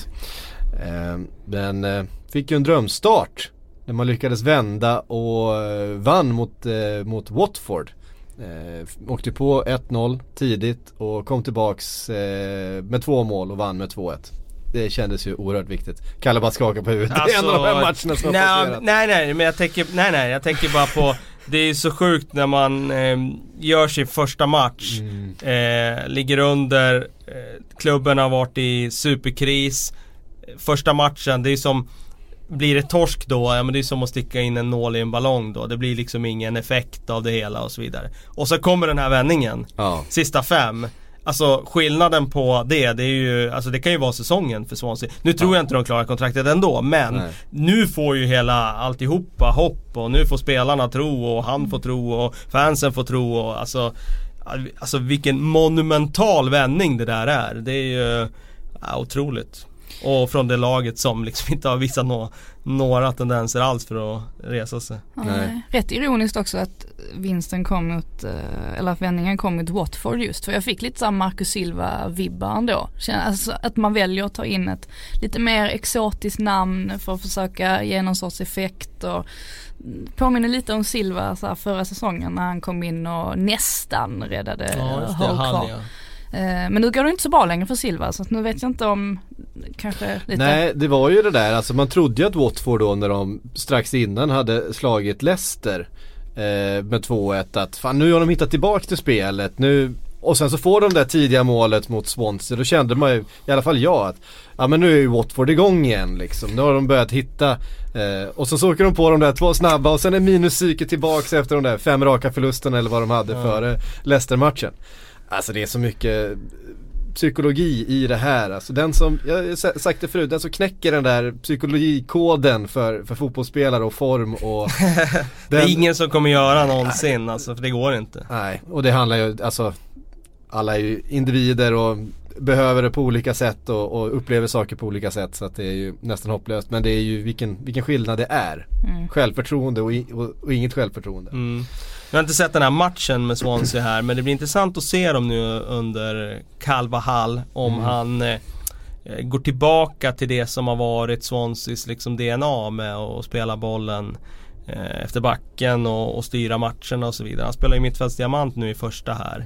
Eh, men eh, fick ju en drömstart när man lyckades vända och eh, vann mot, eh, mot Watford. Eh, åkte på ett noll tidigt och kom tillbaks eh, med två mål och vann med två ett. Det kändes ju oerhört viktigt. Kalle bara skakar på huvudet. Det är en av de här matcherna som har nej, passerat. nej, nej, men jag tänker, nej, nej, jag tänker bara på, det är så sjukt när man eh, gör sin första match, Mm. eh, ligger under, eh, klubben har varit i superkris, första matchen, det är som, blir det torsk då, ja men det är som att sticka in en nål i en ballong då, det blir liksom ingen effekt av det hela och så vidare. Och så kommer den här vändningen, Ja. sista fem. Alltså skillnaden på det, det är ju, alltså det kan ju vara säsongen för Swansea. Nu tror jag inte de klarar kontraktet ändå, men Nej. nu får ju hela alltihopa hopp, och nu får spelarna tro, och han får tro, och fansen får tro, och alltså, alltså vilken monumental vändning det där är. Det är ju ja, otroligt. Och från det laget som liksom inte har visat no- några tendenser alls för att resa sig. Ja, Nej. rätt ironiskt också att vinsten kom mot, eh, eller att vändningen kom mot Watford just. För jag fick lite såhär Marcus Silva-vibbar ändå. Alltså att man väljer att ta in ett lite mer exotiskt namn för att försöka ge någon sorts effekt. Och påminner lite om Silva så här, förra säsongen när han kom in och nästan räddade Hull kvar. Eh, Men nu går det inte så bra längre för Silva, så att nu vet jag inte om kanske lite... Nej, det var ju det där, alltså man trodde ju att Watford då när de strax innan hade slagit Leicester eh, med två ett, att fan nu har de hittat tillbaka till spelet nu, och sen så får de det tidiga målet mot Swansea, då kände man ju, i alla fall jag, att ja men nu är ju Watford igång igen liksom, nu har de börjat hitta eh, och så, så åker de på de där två snabba och sen är minuspsyket tillbaka efter de där fem raka förlusterna eller vad de hade Ja. före Leicester-matchen. Alltså det är så mycket psykologi i det här. Alltså den som, jag har sagt det förut, den som knäcker den där psykologikoden för, för fotbollsspelare och form och Det är den, ingen som kommer göra någonsin, alltså, för det går inte. nej, och det handlar ju, alltså alla är ju individer och behöver det på olika sätt och, och upplever saker på olika sätt, så att det är ju nästan hopplöst, men det är ju vilken, vilken skillnad det är. Mm. Självförtroende och, i, och, och inget självförtroende. Mm. Jag har inte sett den här matchen med Swansea här, men det blir intressant att se dem nu under Carvalhal, om Mm. han eh, går tillbaka till det som har varit Swanseas liksom D N A med att spela bollen eh, efter backen och, och styra matcherna och så vidare. Han spelar ju mittfältsdiamant nu i första här,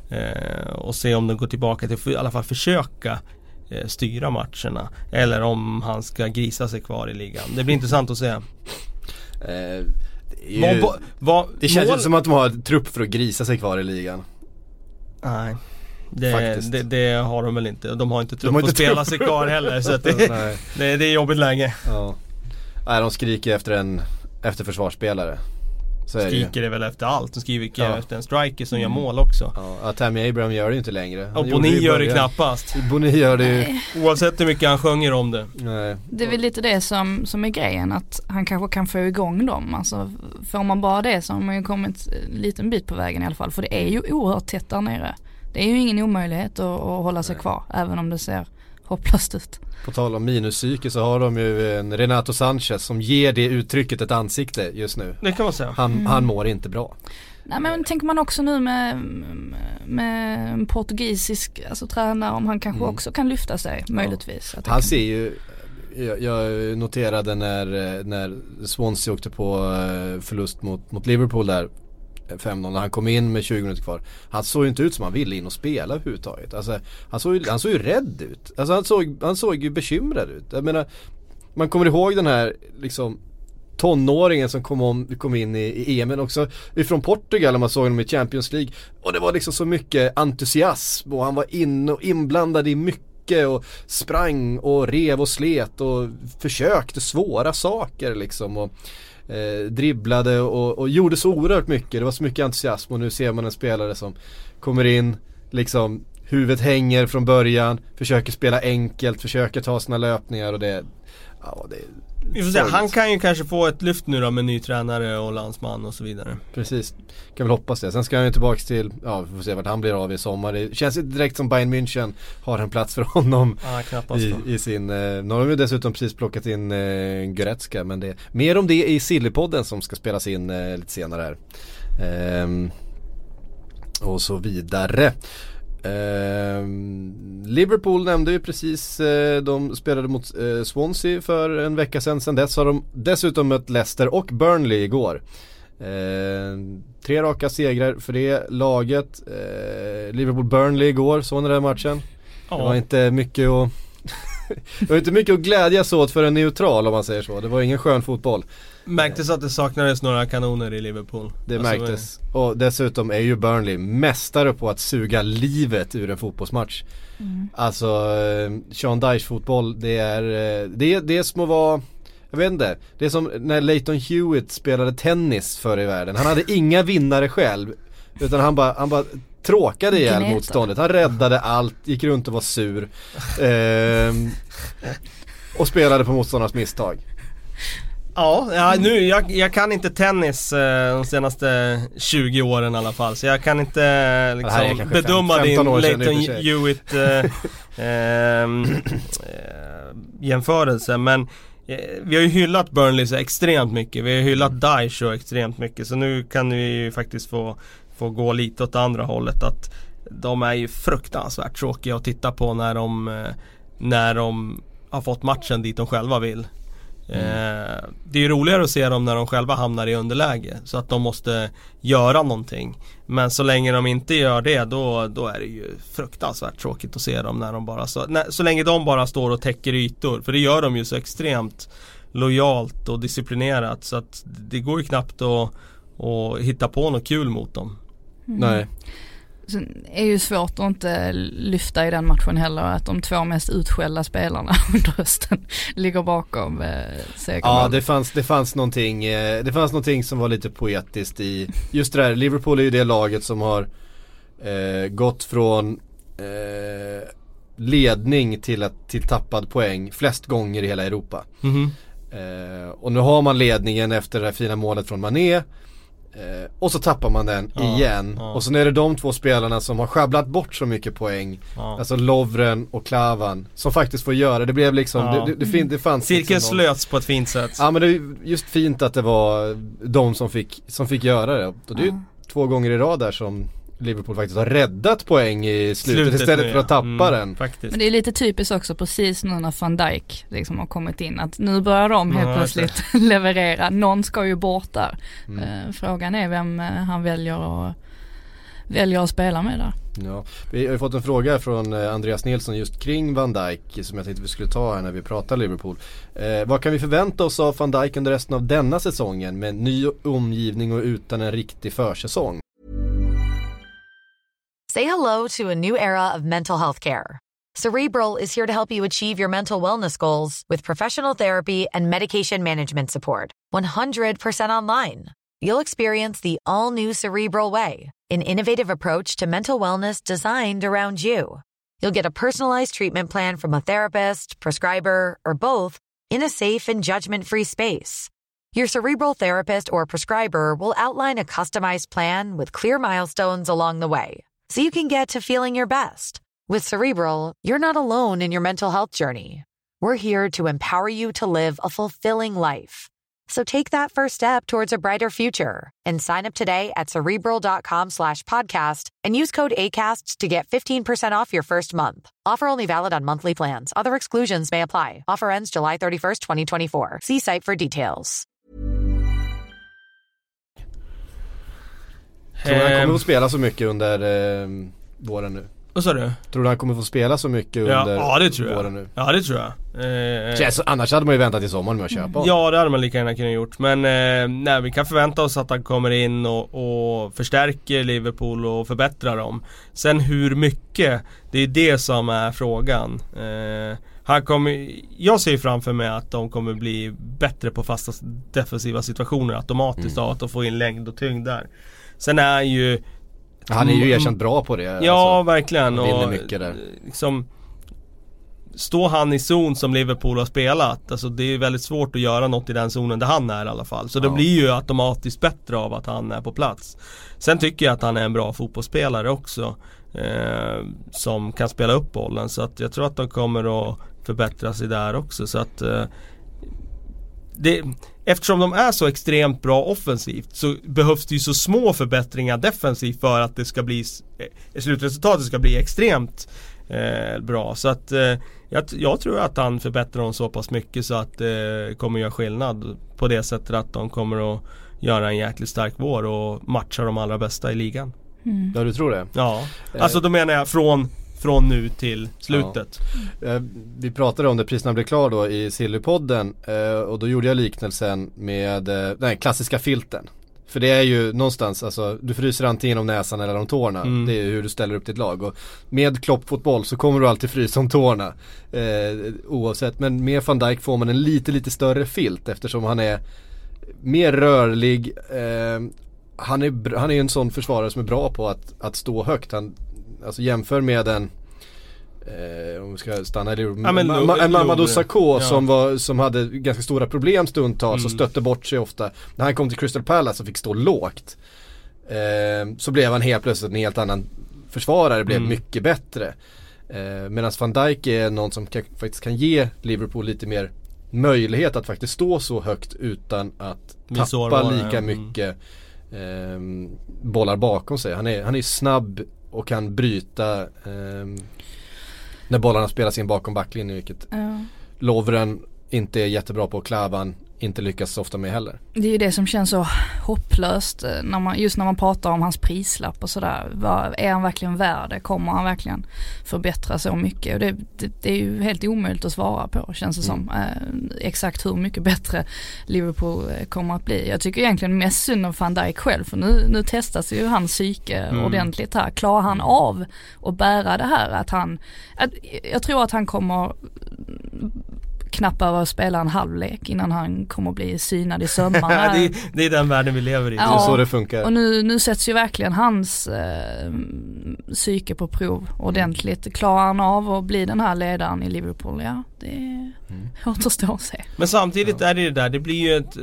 eh, och se om de går tillbaka till i alla fall försöka eh, styra matcherna, eller om han ska grisa sig kvar i ligan. Det blir intressant att se. Eh, det, är ju, Vad, vad, det känns ju mål- som att de har ett trupp för att grisa sig kvar i ligan. Nej. Det, det, det har de väl inte. De har inte trupp att spela sig kvar heller. Så att det, det, det är jobbigt läge. Ja. Nej, de skriker efter en efter försvarsspelare. Så skriker det väl efter allt. De skriker ja. efter en striker som mm. gör mål också. Ja, Tammy Abraham gör det inte längre. Han och Boni gör det knappast. Boni gör det ju. Oavsett hur mycket han sjunger om det. Nej. Det är väl lite det som, som är grejen. Att han kanske kan få igång dem. Alltså, får man bara det så har man ju kommit en liten bit på vägen i alla fall. För det är ju oerhört tätt där nere. Det är ju ingen omöjlighet att, att hålla sig Nej. kvar. Även om det ser hopplöst ut. På tal om minuspsyke så har de ju en Renato Sanchez som ger det uttrycket ett ansikte just nu. Det kan man säga. Han, mm. han mår inte bra. Nej, men tänker man också nu med, med en portugisisk alltså, tränare om han kanske mm. också kan lyfta sig möjligtvis. Ja. Att han kan... ser ju, jag, jag noterade när, när Swansea åkte på förlust mot, mot Liverpool där fem noll när han kom in med tjugo minuter kvar. Han såg ju inte ut som han ville in och spela överhuvudtaget. Alltså, han, såg ju, han såg ju rädd ut. Alltså, han, såg, han såg ju bekymrad ut. Jag menar, man kommer ihåg den här liksom, tonåringen som kom, om, kom in i, i E M, men också ifrån Portugal när man såg honom i Champions League. Och det var liksom så mycket entusiasm och han var in och inblandad i mycket och sprang och rev och slet och försökte svåra saker liksom och Eh, dribblade och, och gjorde så oerhört mycket. Det var så mycket entusiasm och nu ser man en spelare som kommer in liksom, huvudet hänger från början, försöker spela enkelt, försöker ta sina löpningar och det, ja, det vi får se, han kan ju kanske få ett lyft nu då med ny tränare och landsman och så vidare. Precis, kan väl hoppas det. Sen ska han ju tillbaka till, ja vi får se vart han blir av i sommar. Det känns direkt som Bayern München har en plats för honom ah, i, i sin, eh, nu har de ju dessutom precis plockat in eh, Goretzka, men det mer om det i Sillypodden som ska spelas in eh, lite senare här. Ehm, och så vidare. Uh, Liverpool nämnde ju precis, uh, de spelade mot uh, Swansea för en vecka sedan. Sen dess har de dessutom mött Leicester och Burnley igår. Uh, tre raka segrar för det laget. uh, Liverpool-Burnley igår, såg ni den matchen? Ja. Det var inte mycket att det var inte mycket att glädjas åt för en neutral om man säger så. Det var ingen skön fotboll. Märktes att det saknades några kanoner i Liverpool. Det alltså, märktes. Och dessutom är ju Burnley mästare på att suga livet ur en fotbollsmatch. Mm. Alltså Sean Dyche fotboll, det är det är, det är som att vara, jag vet inte, det är som när Leighton Hewitt spelade tennis förr i världen. Han hade inga vinnare själv, utan han bara han bara tråkade ihjäl motståndet. Han räddade allt, gick runt och var sur. ehm, och spelade på motståndarnas misstag. Ja, ja nu, jag, jag kan inte tennis eh, de senaste tjugo åren i alla fall. Så jag kan inte liksom, bedöma din Leighton Hewitt eh, eh, jämförelse. Men eh, vi har ju hyllat Burnley så extremt mycket. Vi har hyllat Dyche så extremt mycket. Så nu kan vi ju faktiskt få, få gå lite åt andra hållet. Att de är ju fruktansvärt tråkiga att titta på när de, när de har fått matchen dit de själva vill. Mm. Eh, det är ju roligare att se dem när de själva hamnar i underläge, så att de måste göra någonting. Men så länge de inte gör det, då, då är det ju fruktansvärt tråkigt att se dem när de bara så, när, så länge de bara står och täcker ytor. För det gör de ju så extremt lojalt och disciplinerat, så att det går ju knappt att, att hitta på något kul mot dem. Mm. Nej. Sen är ju svårt att inte lyfta i den matchen heller att de två mest utskällda spelarna under hösten ligger bakom eh, segern. Ja, det fanns, det fanns någonting eh, det fanns någonting som var lite poetiskt i just det där. Liverpool är ju det laget som har eh, gått från eh, ledning till, att, till tappad poäng flest gånger i hela Europa. Mm-hmm. eh, och nu har man ledningen efter det fina målet från Mané. Eh, och så tappar man den ja, igen ja. Och så är det de två spelarna som har schabblat bort så mycket poäng, ja. Alltså Lovren och Klavan, som faktiskt får göra. Det blev liksom ja. det, det, det, det fanns cirkeln liksom slöts på ett fint sätt. Ja, men det är just fint att det var de som fick, som fick göra det. Och det är ju ja. två gånger i rad där som Liverpool faktiskt har räddat poäng i slutet, slutet istället nu, för att tappa mm, den. Faktiskt. Men det är lite typiskt också precis nu när Van Dijk liksom har kommit in, att nu börjar de helt ja, plötsligt leverera. Någon ska ju bort där. Mm. Uh, frågan är vem uh, han väljer att, väljer att spela med där. Ja. Vi har ju fått en fråga från uh, Andreas Nilsson just kring Van Dijk som jag tänkte vi skulle ta här när vi pratar Liverpool. Uh, vad kan vi förvänta oss av Van Dijk under resten av denna säsongen med ny omgivning och utan en riktig försäsong? Say hello to a new era of mental health care. Cerebral is here to help you achieve your mental wellness goals with professional therapy and medication management support. one hundred percent online. You'll experience the all-new Cerebral Way, an innovative approach to mental wellness designed around you. You'll get a personalized treatment plan from a therapist, prescriber, or both in a safe and judgment-free space. Your Cerebral therapist or prescriber will outline a customized plan with clear milestones along the way, so you can get to feeling your best. With Cerebral, you're not alone in your mental health journey. We're here to empower you to live a fulfilling life. So take that first step towards a brighter future and sign up today at Cerebral.com slash podcast and use code ACAST to get fifteen percent off your first month. Offer only valid on monthly plans. Other exclusions may apply. Offer ends July thirty-first, twenty twenty-four. See site for details. Tror du han kommer att spela så mycket under eh, våren nu? Vad sa du? Tror du han kommer få spela så mycket ja, under ja, det tror jag. våren nu? Ja, det tror jag. Eh, Känns, annars hade man ju väntat i sommaren med att köpa. Ja, det hade man lika gärna kunnat gjort. Men eh, nej, vi kan förvänta oss att han kommer in och, och förstärker Liverpool och förbättrar dem. Sen hur mycket, det är det som är frågan. Eh, han kommer, jag ser framför mig att de kommer bli bättre på fasta defensiva situationer automatiskt mm. av att de får in längd och tyngd där. Sen är ju han är ju erkänt bra på det. Ja, alltså, verkligen. Och mycket där. Liksom, står han i zon som Liverpool har spelat, alltså det är väldigt svårt att göra något i den zonen där han är i alla fall. Så det ja. blir ju automatiskt bättre av att han är på plats. Sen tycker jag att han är en bra fotbollsspelare också, eh, som kan spela upp bollen. Så att jag tror att de kommer att förbättra sig där också. Så att eh, det, eftersom de är så extremt bra offensivt så behövs det ju så små förbättringar defensivt för att det ska bli, slutresultatet ska bli extremt eh, bra. Så att eh, jag, jag tror att han förbättrar dem så pass mycket så att det eh, kommer göra skillnad på det sättet att de kommer att göra en jäkligt stark vår och matcha de allra bästa i ligan. Mm. Ja, du tror det? Ja, alltså då menar jag från Från nu till slutet. Ja. Eh, vi pratade om det precis när jag blev klar då i Sillypodden eh, och då gjorde jag liknelsen med eh, den klassiska filten. För det är ju någonstans, alltså du fryser antingen om näsan eller om tårna. Mm. Det är hur du ställer upp ditt lag. Och med kloppfotboll så kommer du alltid frysa om tårna. Eh, oavsett, men med Van Dijk får man en lite lite större filt eftersom han är mer rörlig. Eh, han är han är en sån försvarare som är bra på att, att stå högt. Han Alltså jämför med en eh, om vi ska stanna i det, ja, men Ma- Ma- Mamadou Sakho ja. som, var, som hade ganska stora problem stundtals mm. och stötte bort sig ofta. När han kom till Crystal Palace och fick stå lågt eh, så blev han helt plötsligt en helt annan försvarare, blev mm. mycket bättre. Eh, medan Van Dijk är någon som kan, faktiskt kan ge Liverpool lite mer möjlighet att faktiskt stå så högt utan att tappa sårbar, lika mm. mycket eh, bollar bakom sig. Han är, han är snabb och kan bryta eh, när bollarna spelas in bakom backlinjen, vilket ja. Lovren inte är jättebra på. Klavan inte lyckas så ofta med heller. Det är ju det som känns så hopplöst när man, just när man pratar om hans prislapp och sådär. Vad, är han verkligen värd? Kommer han verkligen förbättra så mycket? Och det, det, det är ju helt omöjligt att svara på, känns det mm. som. Eh, exakt hur mycket bättre Liverpool kommer att bli. Jag tycker egentligen mest synd om Van Dijk själv, för nu, nu testas ju hans psyke mm. ordentligt här. Klarar han av att bära det här? Att han, att, jag tror att han kommer knappt över att spela en halvlek innan han kommer att bli synad i sömmarna. det, är, det är den världen vi lever i. Ja, det är så det funkar. Och nu, nu sätts ju verkligen hans eh, psyke på prov ordentligt. Klarar han av att bli den här ledaren i Liverpool? Ja, det mm. återstår att se. Men samtidigt ja. är det ju där, det blir ju ett...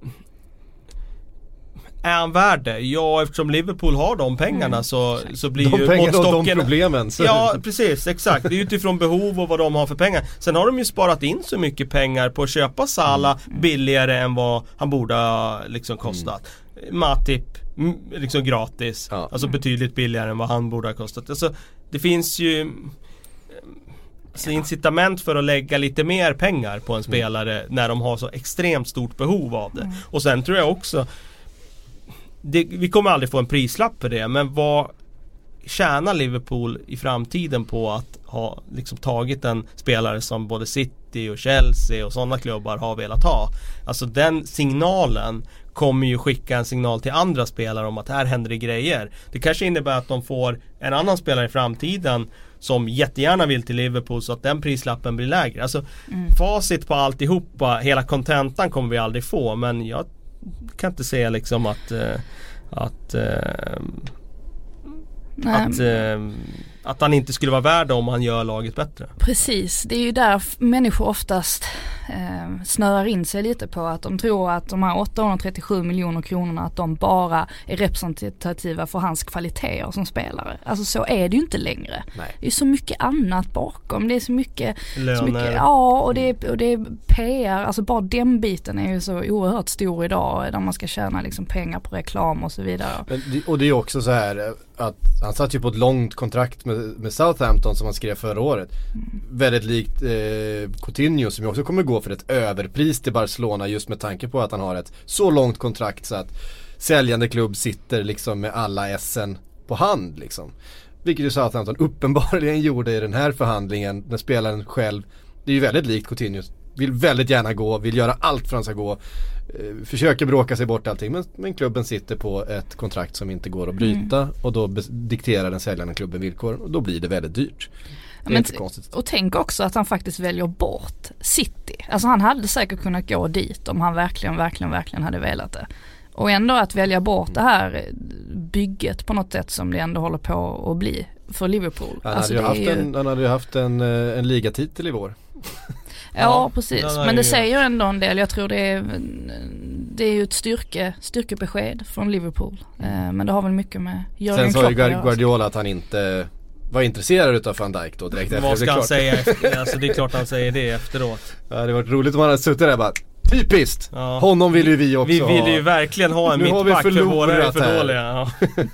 Är han värd det? Ja, eftersom Liverpool har de pengarna mm. så, så blir de ju pengarna och de problemen så. Ja, precis, exakt. Det är utifrån behov och vad de har för pengar. Sen har de ju sparat in så mycket pengar på att köpa Salah mm. billigare än vad han borde ha liksom kostat. Mm. Matip liksom gratis. Ja. Alltså betydligt billigare än vad han borde ha kostat. Alltså, det finns ju alltså, incitament för att lägga lite mer pengar på en spelare mm. när de har så extremt stort behov av det. Mm. Och sen tror jag också Det, vi kommer aldrig få en prislapp för det, men vad tjänar Liverpool i framtiden på att ha liksom tagit en spelare som både City City och Chelsea och sådana klubbar har velat ha. Alltså den signalen kommer ju skicka en signal till andra spelare om att här händer det grejer. Det kanske innebär att de får en annan spelare i framtiden som jättegärna vill till Liverpool så att den prislappen blir lägre. Alltså mm. facit på alltihopa, hela kontentan kommer vi aldrig få, men jag kan inte säga liksom att eh, att eh, att, eh, att han inte skulle vara värd om han gör laget bättre. Precis, det är ju där människor oftast eh, snörar in sig lite på att de tror att de här åttahundratrettiosju miljoner kronorna att de bara är representativa för hans kvaliteter som spelare. Alltså så är det ju inte längre. Nej. Det är så mycket annat bakom. Det är så mycket, löner. Så mycket ja, och det, är, och det är P R. Alltså bara den biten är ju så oerhört stor idag där man ska tjäna liksom pengar på reklam och så vidare. Men, och det är också så här att han satt ju på ett långt kontrakt med, med Southampton som han skrev förra året. Mm. Väldigt likt eh, Coutinho som ju också kommer gå för ett överpris till Barcelona just med tanke på att han har ett så långt kontrakt så att säljande klubb sitter liksom med alla essen på hand liksom. Vilket ju Southampton uppenbarligen gjorde i den här förhandlingen när spelaren själv, det är ju väldigt likt Coutinho, vill väldigt gärna gå, vill göra allt för att han ska gå, eh, försöker bråka sig bort allting, men, men klubben sitter på ett kontrakt som inte går att bryta mm. och då be- dikterar den säljande klubben villkor och då blir det väldigt dyrt. Det är men inte t- konstigt. Och tänk också att han faktiskt väljer bort City. Alltså han hade säkert kunnat gå dit om han verkligen, verkligen, verkligen hade velat det. Och ändå att välja bort det här bygget på något sätt som det ändå håller på att bli för Liverpool. Han, alltså hade, ju haft ju... en, han hade ju haft en, en ligatitel i vår. Ja, ja, precis. Men det ju... säger ändå en del. Jag tror det är, det är ju ett styrke, styrkebesked från Liverpool. Eh, men det har väl mycket med Jürgen Sen sa ju Klopp Guardiola att han inte var intresserad utav Van Dijk då direkt efter. Vad ska det han klart. säga efter? Alltså det är klart han säger det efteråt. Ja, det var roligt om han hade suttit där bara typiskt! Ja. Honom vill ju vi också Vi vill ha. ju verkligen ha en Nu har vi mittback för våra är för här. dåliga. Ja.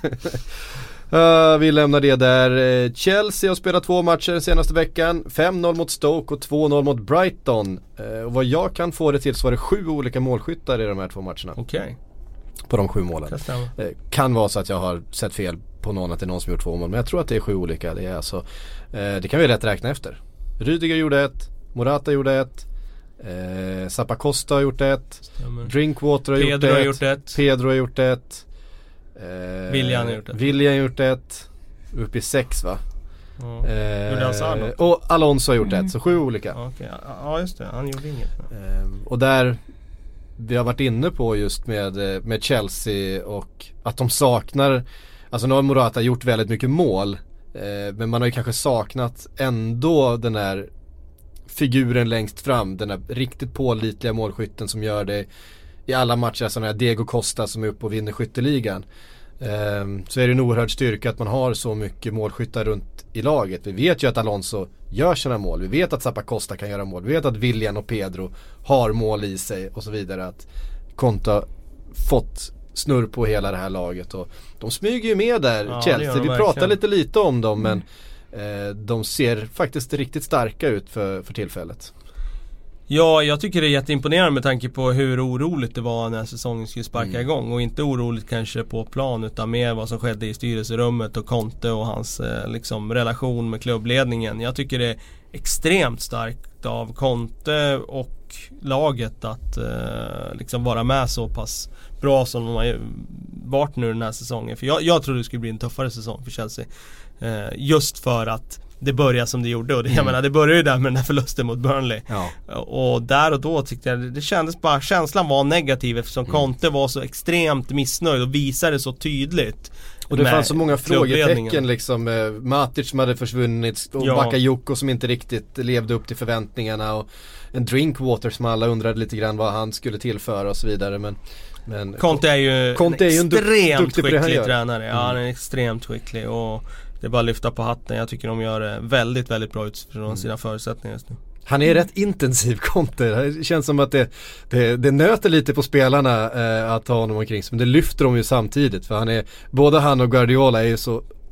Uh, vi lämnar det där. Chelsea har spelat två matcher senaste veckan. fem noll mot Stoke och två noll mot Brighton. Uh, och vad jag kan få det till så var det sju olika målskyttar i de här två matcherna. Okej. Okay. På de sju målen. Det uh, kan vara så att jag har sett fel på någon, att det är någon som gjort två mål. Men jag tror att det är sju olika. Det, är alltså, uh, det kan vi lätt räkna efter. Rüdiger gjorde ett. Morata gjorde ett. Uh, Zappacosta har gjort ett. Stämmer. Drinkwater har, Pedro gjort, har ett. gjort ett. Pedro har gjort ett. Eh, Willian har gjort ett. Willian har gjort ett. Upp i sex va? Ja. Eh, Gjorde Hazard något? och Alonso har gjort Mm. ett. Så sju olika. Okay. Ja just det, han gjorde inget. eh, Och där vi har varit inne på just med, med Chelsea och att de saknar, alltså nu har Morata gjort väldigt mycket mål, eh, men man har ju kanske saknat ändå den här figuren längst fram, den här riktigt pålitliga målskytten som gör det i alla matcher, sådana här Diego Costa som är uppe och vinner skytteligan. Um, så är det en oerhörd styrka att man har så mycket målskyttar runt i laget. Vi vet ju att Alonso gör sina mål. Vi vet att Zappacosta kan göra mål. Vi vet att Willian och Pedro har mål i sig och så vidare. Att Conte har fått snurr på hela det här laget. Och de smyger ju med där, ja, Chelsea. Vi verkligen. pratar lite lite om dem, mm. men eh, de ser faktiskt riktigt starka ut för, för tillfället. Ja, jag tycker det är jätteimponerande med tanke på hur oroligt det var när säsongen skulle sparka mm. igång. Och inte oroligt kanske på plan utan mer vad som skedde i styrelserummet och Conte och hans eh, liksom, relation med klubbledningen. Jag tycker det är extremt starkt av Conte och laget att eh, liksom vara med så pass bra som de har varit nu den här säsongen. För jag, jag tror det skulle bli en tuffare säsong för Chelsea. Eh, just för att det började som det gjorde och det, mm. jag menar, det började ju där med den här förlusten mot Burnley. Ja. Och där och då tyckte jag det kändes bara, känslan var negativ eftersom mm. Conte var så extremt missnöjd och visade så tydligt. Och det fanns så många frågetecken liksom, eh, Matic som hade försvunnit och ja. Bakayoko som inte riktigt levde upp till förväntningarna och en Drinkwater som alla undrade lite grann vad han skulle tillföra och så vidare. Men, men Conte är ju Conte en är extremt du- skicklig tränare. Mm. Ja, han är extremt skicklig och det är bara att lyfta på hatten. Jag tycker de gör det väldigt, väldigt bra utifrån mm. sina förutsättningar just nu. Han är rätt intensiv, Conte. Det känns som att det, det, det nöter lite på spelarna eh, att ha honom omkring sig. Men det lyfter de ju samtidigt. För han är, både han och Guardiola är ju så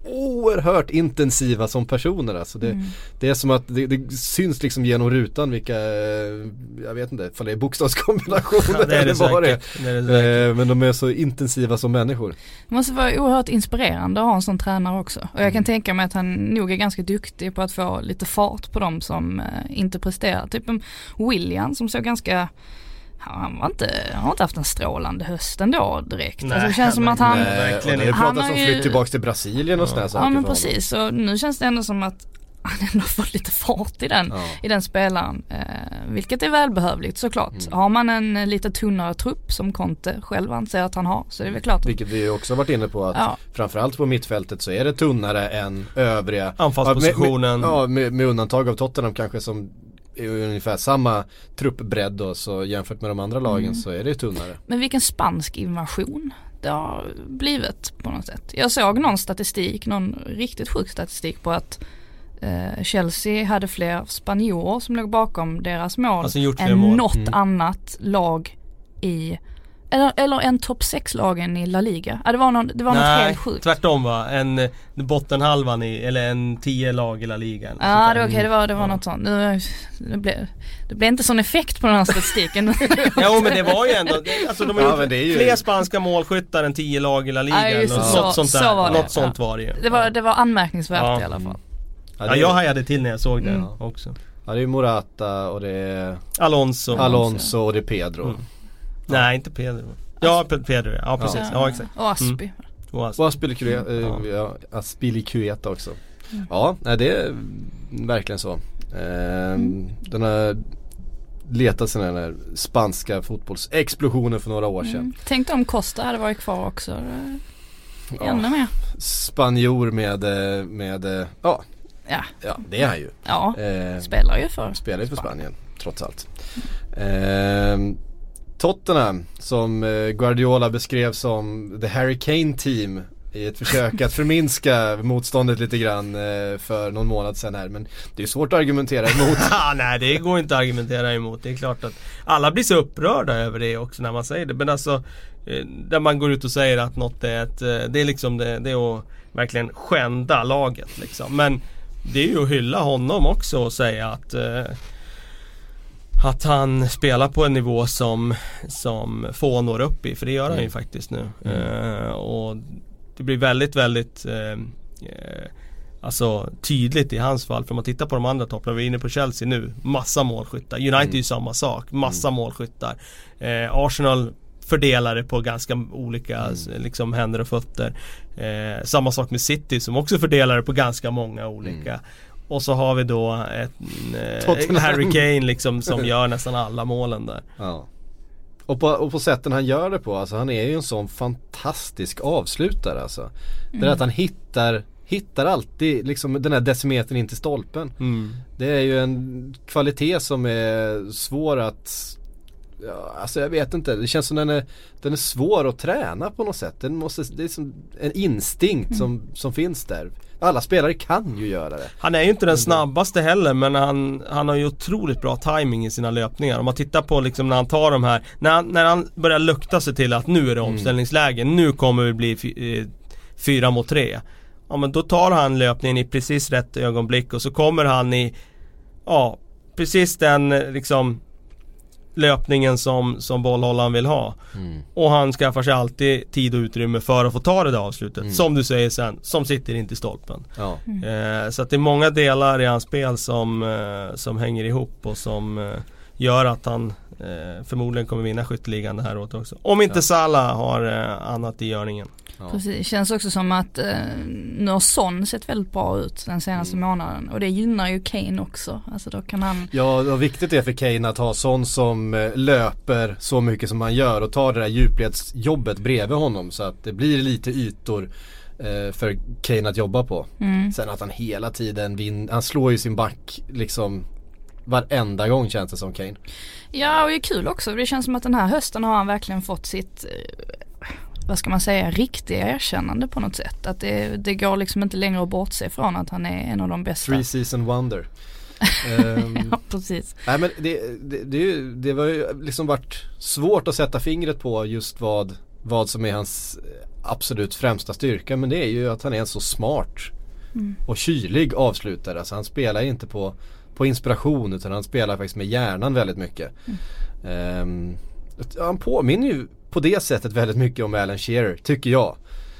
oerhört intensiva som personer. Alltså det, mm. det är som att det, det syns liksom genom rutan vilka, jag vet inte, för det är bokstavskombinationer ja, det är det eller vad det är. Det är det eh, men de är så intensiva som människor. Det måste vara oerhört inspirerande att ha en sån tränare också. Och jag kan mm. tänka mig att han nog är ganska duktig på att få lite fart på dem som eh, inte presterar. Typ en William som såg ganska... Han var inte, han har inte haft en strålande höst ändå direkt. Nej, alltså det känns som att han... Nej, och det pratas om flytt tillbaka till Brasilien och sådär. Ja, men precis. Och nu känns det ändå som att han ändå fått lite fart i den, ja. i den spelaren. Eh, vilket är välbehövligt såklart. Mm. Har man en lite tunnare trupp som Conte själv anser att han har, så är det väl klart. Vilket vi också varit inne på att ja. framförallt på mittfältet så är det tunnare än övriga. Anfallspositionen. Med, med, ja, med, med undantag av Tottenham kanske som är ungefär samma truppbredd då, så jämfört med de andra lagen mm. så är det tunnare. Men vilken spansk invasion det har blivit på något sätt. Jag såg någon statistik, någon riktigt sjuk statistik på att eh, Chelsea hade fler spanjorer som låg bakom deras mål alltså än mål. något mm. annat lag i Eller, eller en topp sex-lagen i La Liga. Ja, det var, någon, det var Nej, något helt sjukt. Tvärtom va? En bottenhalvan i, eller en tio lag i La Liga. Ja, det var okej. Okay, det var, det var ja. något sånt. Det, det, blev, det blev inte sån effekt på den här statistiken. Jo, men det var ju ändå... Alltså de har ja, gjort ju... fler spanska målskyttar än tio lag i La Liga. Ja, just, något, så, något sånt, där. så var det. Något sånt ja. var det ju. Det var, det var anmärkningsvärt ja. i alla fall. Ja, ja, jag hajade till när jag såg mm. det också. Ja, det är Morata och det är... Alonso. Alonso och det är Pedro. Mm. Ja. Nej, inte Pedro. Ja, Pedro, ja precis. Ja, ja exakt. Och Aspi. Mm. Och Aspi. Och Aspilicueta, mm. ja, Aspilicueta också. Mm. Ja, nej, det är verkligen så. Ehm, mm. Den har letat sig den här spanska fotbollsexplosionen för några år sedan. Mm. Tänkte om Costa hade varit kvar också. Ja. Ännu mer. Spanjor med, med ja. Ja. ja, det är han ju. Ja, ehm, spelar ju för Spelar ju för Spanien, trots allt. Ehm, Tottenham som Guardiola beskrev som the Harry Kane team i ett försök att förminska motståndet lite grann för någon månad sedan här, men det är svårt att argumentera emot. Nej, det går inte att argumentera emot. Det är klart att alla blir så upprörda över det också när man säger det, men alltså där man går ut och säger att något är ett, det är liksom det, det är att verkligen skända laget liksom. Men det är ju att hylla honom också och säga att att han spelar på en nivå som, som få når upp i, för det gör han mm. ju faktiskt nu. Mm. Uh, och det blir väldigt, väldigt uh, uh, alltså tydligt i hans fall, för om man tittar på de andra topparna, vi är inne på Chelsea nu, massa målskyttar. United mm. är ju samma sak, massa mm. målskyttar. Uh, Arsenal fördelare på ganska olika mm. liksom, händer och fötter. Uh, samma sak med City som också fördelare på ganska många olika. Mm. Och så har vi då ett eh, Harry Kane liksom, som gör nästan alla målen där. Ja. Och på, och på sätten han gör det på, alltså han är ju en sån fantastisk avslutare alltså. Mm. Det är att han hittar hittar alltid liksom den här decimetern in till stolpen. Mm. Det är ju en kvalitet som är svår att, ja, alltså jag vet inte, det känns som den är, den är svår att träna på något sätt. Den måste, det är som en instinkt mm. som, som finns där. Alla spelare kan ju göra det. Han är ju inte den snabbaste heller, men han, han har ju otroligt bra timing i sina löpningar. Om man tittar på liksom när han tar de här, när han, när han börjar lukta sig till att nu är det omställningsläge, mm. nu kommer det bli f- fyra mot tre. Ja, men då tar han löpningen i precis rätt ögonblick och så kommer han i, ja, precis den liksom löpningen som, som bollhållaren vill ha. Mm. Och han skaffar sig alltid tid och utrymme för att få ta det där avslutet. Mm. Som du säger sen, som sitter inte i stolpen. Ja. Mm. Eh, så att det är många delar i hans spel som, eh, som hänger ihop och som eh, gör att han eh, förmodligen kommer vinna skytteligan det här året också. Om inte ja. Salah har eh, annat i görningen. Ja. Precis, det känns också som att eh, nu har Son sett väldigt bra ut den senaste mm. månaden, och det gynnar ju Kane också. Alltså då kan han... Ja, och viktigt är för Kane att ha Son som eh, löper så mycket som han gör och tar det där djupledsjobbet bredvid honom, så att det blir lite ytor eh, för Kane att jobba på. Mm. Sen att han hela tiden vinner, han slår ju sin back liksom varenda gång, känns det som, Kane. Ja, och det är kul också, det känns som att den här hösten har han verkligen fått sitt... Eh, vad ska man säga, riktiga erkännande på något sätt. Att det, det går liksom inte längre att bortse från att han är en av de bästa. Three season wonder. um, ja, precis. Nej, men det, det, det, det var ju liksom varit svårt att sätta fingret på just vad vad som är hans absolut främsta styrka, men det är ju att han är en så smart mm. och kylig avslutare. Alltså han spelar inte på, på inspiration, utan han spelar faktiskt med hjärnan väldigt mycket. Mm. Um, han påminner ju på det sättet väldigt mycket om Alan Shearer, tycker jag.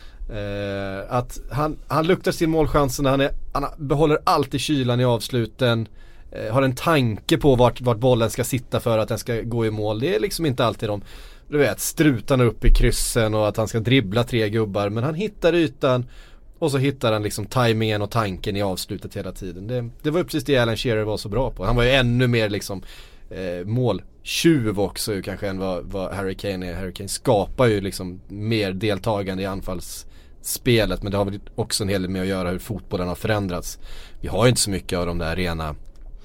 Uh, att han, han luktar sin målchansen, han, är, han behåller alltid kylan i avsluten, uh, har en tanke på vart, vart bollen ska sitta för att den ska gå i mål. Det är liksom inte alltid de, du vet, strutarna upp i kryssen och att han ska dribbla tre gubbar, men han hittar ytan och så hittar han liksom tajmingen och tanken i avslutet hela tiden. Det, det var ju precis det Alan Shearer var så bra på. Han var ju ännu mer liksom eh, måltjuv också kanske än vad, vad Harry Kane är. Harry Kane skapar ju liksom mer deltagande i anfallsspelet, men det har väl också en hel del med att göra hur fotbollen har förändrats. Vi har ju inte så mycket av de där rena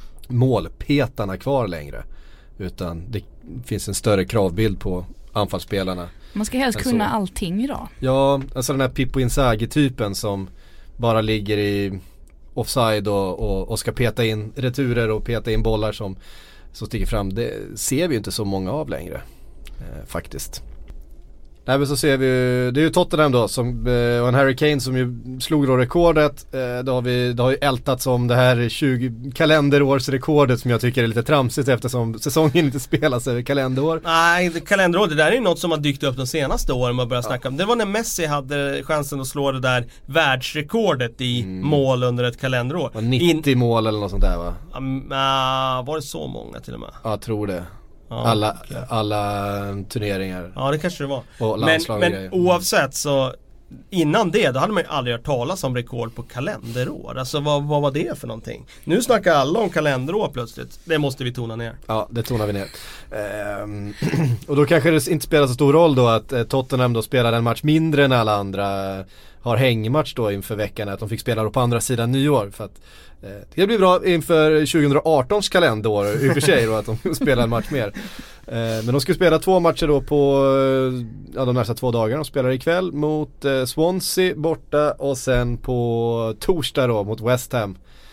målpetarna kvar längre, utan det finns en större kravbild på anfallsspelarna. Man ska helst alltså kunna allting idag. Ja, alltså den här Pippo Inzaghi-typen som bara ligger i offside och, och, och ska peta in returer och peta in bollar som, som sticker fram. Det ser vi ju inte så många av längre eh, faktiskt. Nej, men så ser vi ju, det är ju Tottenham då som, och en Harry Kane som ju slog då rekordet. Eh, då har vi, det har ju ältats om det här tjugo kalenderårsrekordet som jag tycker är lite tramsigt eftersom säsongen inte spelas över kalenderår. Nej, kalenderår, det där är ju något som har dykt upp de senaste åren man börjar snacka om. Det var när Messi hade chansen att slå det där världsrekordet i mm. mål under ett kalenderår. Och nittio In... mål eller något sånt där, va? Um, uh, var det så många till och med? Ja, jag tror det. Ja, alla, okay. alla turneringar. Ja, det kanske det var. Men, men oavsett så, innan det, då hade man ju aldrig hört talas om rekord på kalenderår. Alltså vad, vad var det för någonting? Nu snackar alla om kalenderår plötsligt. Det måste vi tona ner. Ja, det tonar vi ner. Ehm, och då kanske det inte spelar så stor roll då att eh, Tottenham då spelar en match mindre än alla andra. Har hängmatch då inför veckan, att de fick spela då på andra sidan nyår, för att eh, det blir bra inför tjugo artons kalenderår i och för sig då, att de spelar en match mer. Eh, men de ska spela två matcher då på ja, de nästa två dagarna. De spelar ikväll mot eh, Swansea borta och sen på torsdag då mot West Ham.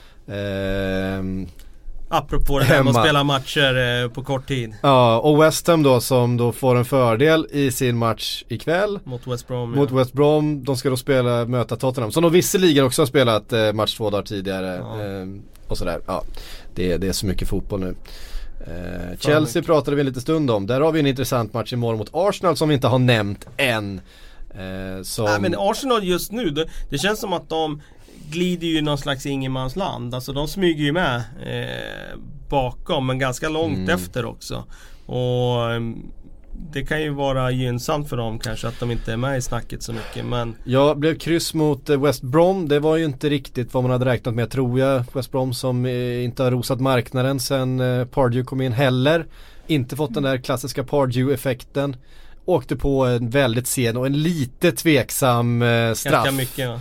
Eh, Apropå det här med att spela matcher eh, på kort tid. Ja, och West Ham då som då får en fördel i sin match ikväll mot West Brom. Mot ja. West Brom, de ska då spela, möta Tottenham som de visserligen också har spelat eh, match två dagar tidigare ja. eh, och sådär. Ja, det, det är så mycket fotboll nu. Eh, Chelsea mycket. Pratade vi en liten stund om. Där har vi en intressant match imorgon mot Arsenal som vi inte har nämnt än. Eh, som... Nej, men Arsenal just nu, det, det känns som att de glider ju någon slags ingenmansland. Alltså de smyger ju med eh, bakom, men ganska långt mm. efter också. Och eh, det kan ju vara gynnsamt för dem kanske att de inte är med i snacket så mycket, men... Ja, blev kryss mot eh, West Brom. Det var ju inte riktigt vad man hade räknat med, tror jag. West Brom som eh, inte har rosat marknaden sen eh, Pardew kom in heller. Inte fått den där klassiska Pardew-effekten. Åkte på en väldigt sen och en lite tveksam eh, straff. Ganska mycket, ja.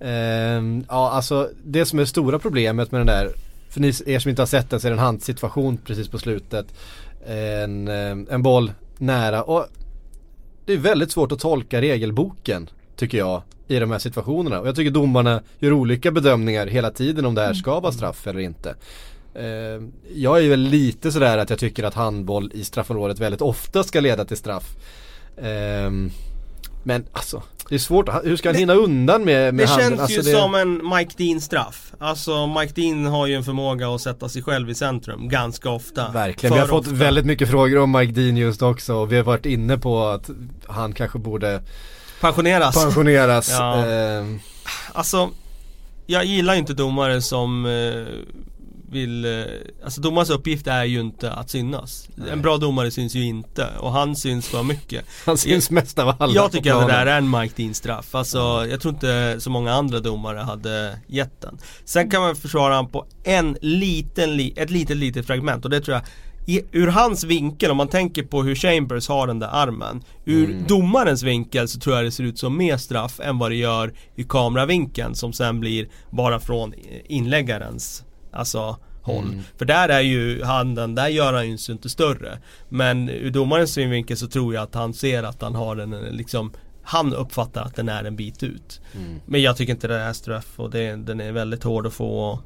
Uh, ja, alltså det som är stora problemet med den där, för ni er som inte har sett den, så är det en handsituation precis på slutet, en, en boll nära, och det är väldigt svårt att tolka regelboken tycker jag i de här situationerna, och jag tycker domarna gör olika bedömningar hela tiden om det här ska vara straff eller inte. Uh, jag är väl lite sådär att jag tycker att handboll i straffområdet väldigt ofta ska leda till straff. Uh, Men alltså, det är svårt. Hur ska han det, hinna undan med, med det handen? Det känns alltså, ju det... som en Mike Dean-straff. Alltså Mike Dean har ju en förmåga att sätta sig själv i centrum ganska ofta. Verkligen, vi har fått ofta. väldigt mycket frågor om Mike Dean just också. Och vi har varit inne på att han kanske borde pensioneras. pensioneras. Ja. Eh. Alltså, jag gillar ju inte domare som... Eh, vill, alltså domarens uppgift är ju inte att synas. Nej. En bra domare syns ju inte, och han syns för mycket. Han syns jag, mest av alla. Jag tycker att det där är en Mike Dean straff. Alltså mm. jag tror inte så många andra domare hade gett den. Sen kan man försvara han på en liten, ett litet litet fragment, och det tror jag i, ur hans vinkel, om man tänker på hur Chambers har den där armen, ur mm. domarens vinkel så tror jag det ser ut som mer straff än vad det gör i kameravinkeln, som sen blir bara från inläggarens alltså håll. Mm. För där är ju handen, där gör han ju inte större. Men ur domarens synvinkel så tror jag att han ser att han har den liksom, han uppfattar att den är en bit ut. Mm. Men jag tycker inte det är straff, och det, den är väldigt hård att få.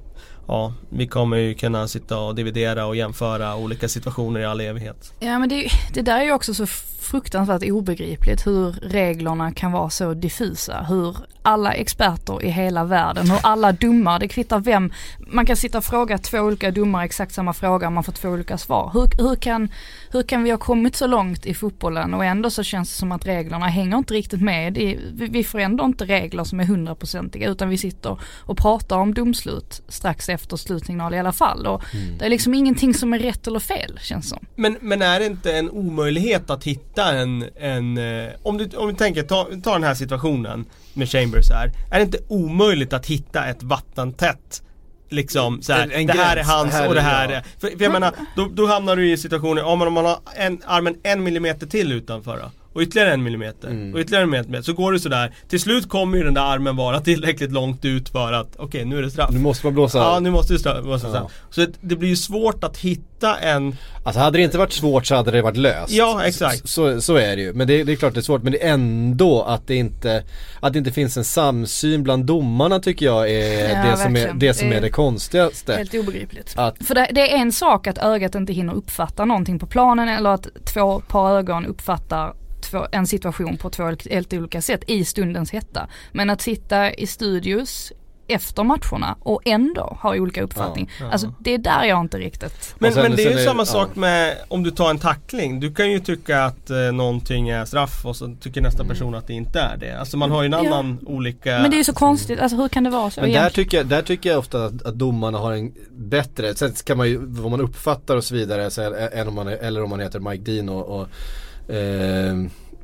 ja, vi kommer ju kunna sitta och dividera och jämföra olika situationer i all evighet. Ja, men det, det där är ju också så fruktansvärt obegripligt hur reglerna kan vara så diffusa, hur alla experter i hela världen, hur alla domare, det kvittar vem, man kan sitta och fråga två olika domare exakt samma fråga och man får två olika svar. Hur, hur, kan, hur kan vi ha kommit så långt i fotbollen och ändå så känns det som att reglerna hänger inte riktigt med. Det, vi, vi får ändå inte regler som är hundraprocentiga utan vi sitter och pratar om domslut strax efter slutsignal i alla fall och mm. det är liksom ingenting som är rätt eller fel, känns som. Men, men är det inte en omöjlighet att hitta en, en eh, om, du, om du tänker, ta, ta den här situationen med Chambers här, är det inte omöjligt att hitta ett vattentätt liksom så här, en, en det här gräns, är hans här och det här är, för, för jag menar, då, då hamnar du i situationen om man, om man har en, armen en millimeter till utanför då, och ytterligare en millimeter mm. och ytterligare en millimeter, så går det sådär. Till slut kommer ju den där armen vara tillräckligt långt ut för att okej, okay, nu är det straff. Nu måste man blåsa. Ja, nu måste du blåsa. Ja. Så det, det blir ju svårt att hitta en... Alltså hade det inte varit svårt så hade det varit löst. Ja, exakt. Så, så, så är det ju. Men det, det är klart det är svårt. Men det är ändå att det inte, att det inte finns en samsyn bland domarna tycker jag är ja, det, som är, det som är det konstigaste. Helt obegripligt. Att, För det, det är en sak att ögat inte hinner uppfatta någonting på planen eller att två par ögon uppfattar en situation på två helt olika sätt i stundens hetta. Men att sitta i studios efter matcherna och ändå ha olika uppfattning. Ja, ja. Alltså det är där jag inte riktigt... Men, sen, men det är ju är, samma ja. sak med om du tar en tackling. Du kan ju tycka att eh, någonting är straff och så tycker nästa mm. person att det inte är det. Alltså man har ju en annan ja. olika... Men det är ju så konstigt. Alltså hur kan det vara så? Men där tycker, jag, där tycker jag ofta att, att domarna har en bättre... Sen kan man ju, vad man uppfattar och så vidare så, än om man, eller om man heter Mike Dean och... och Eh,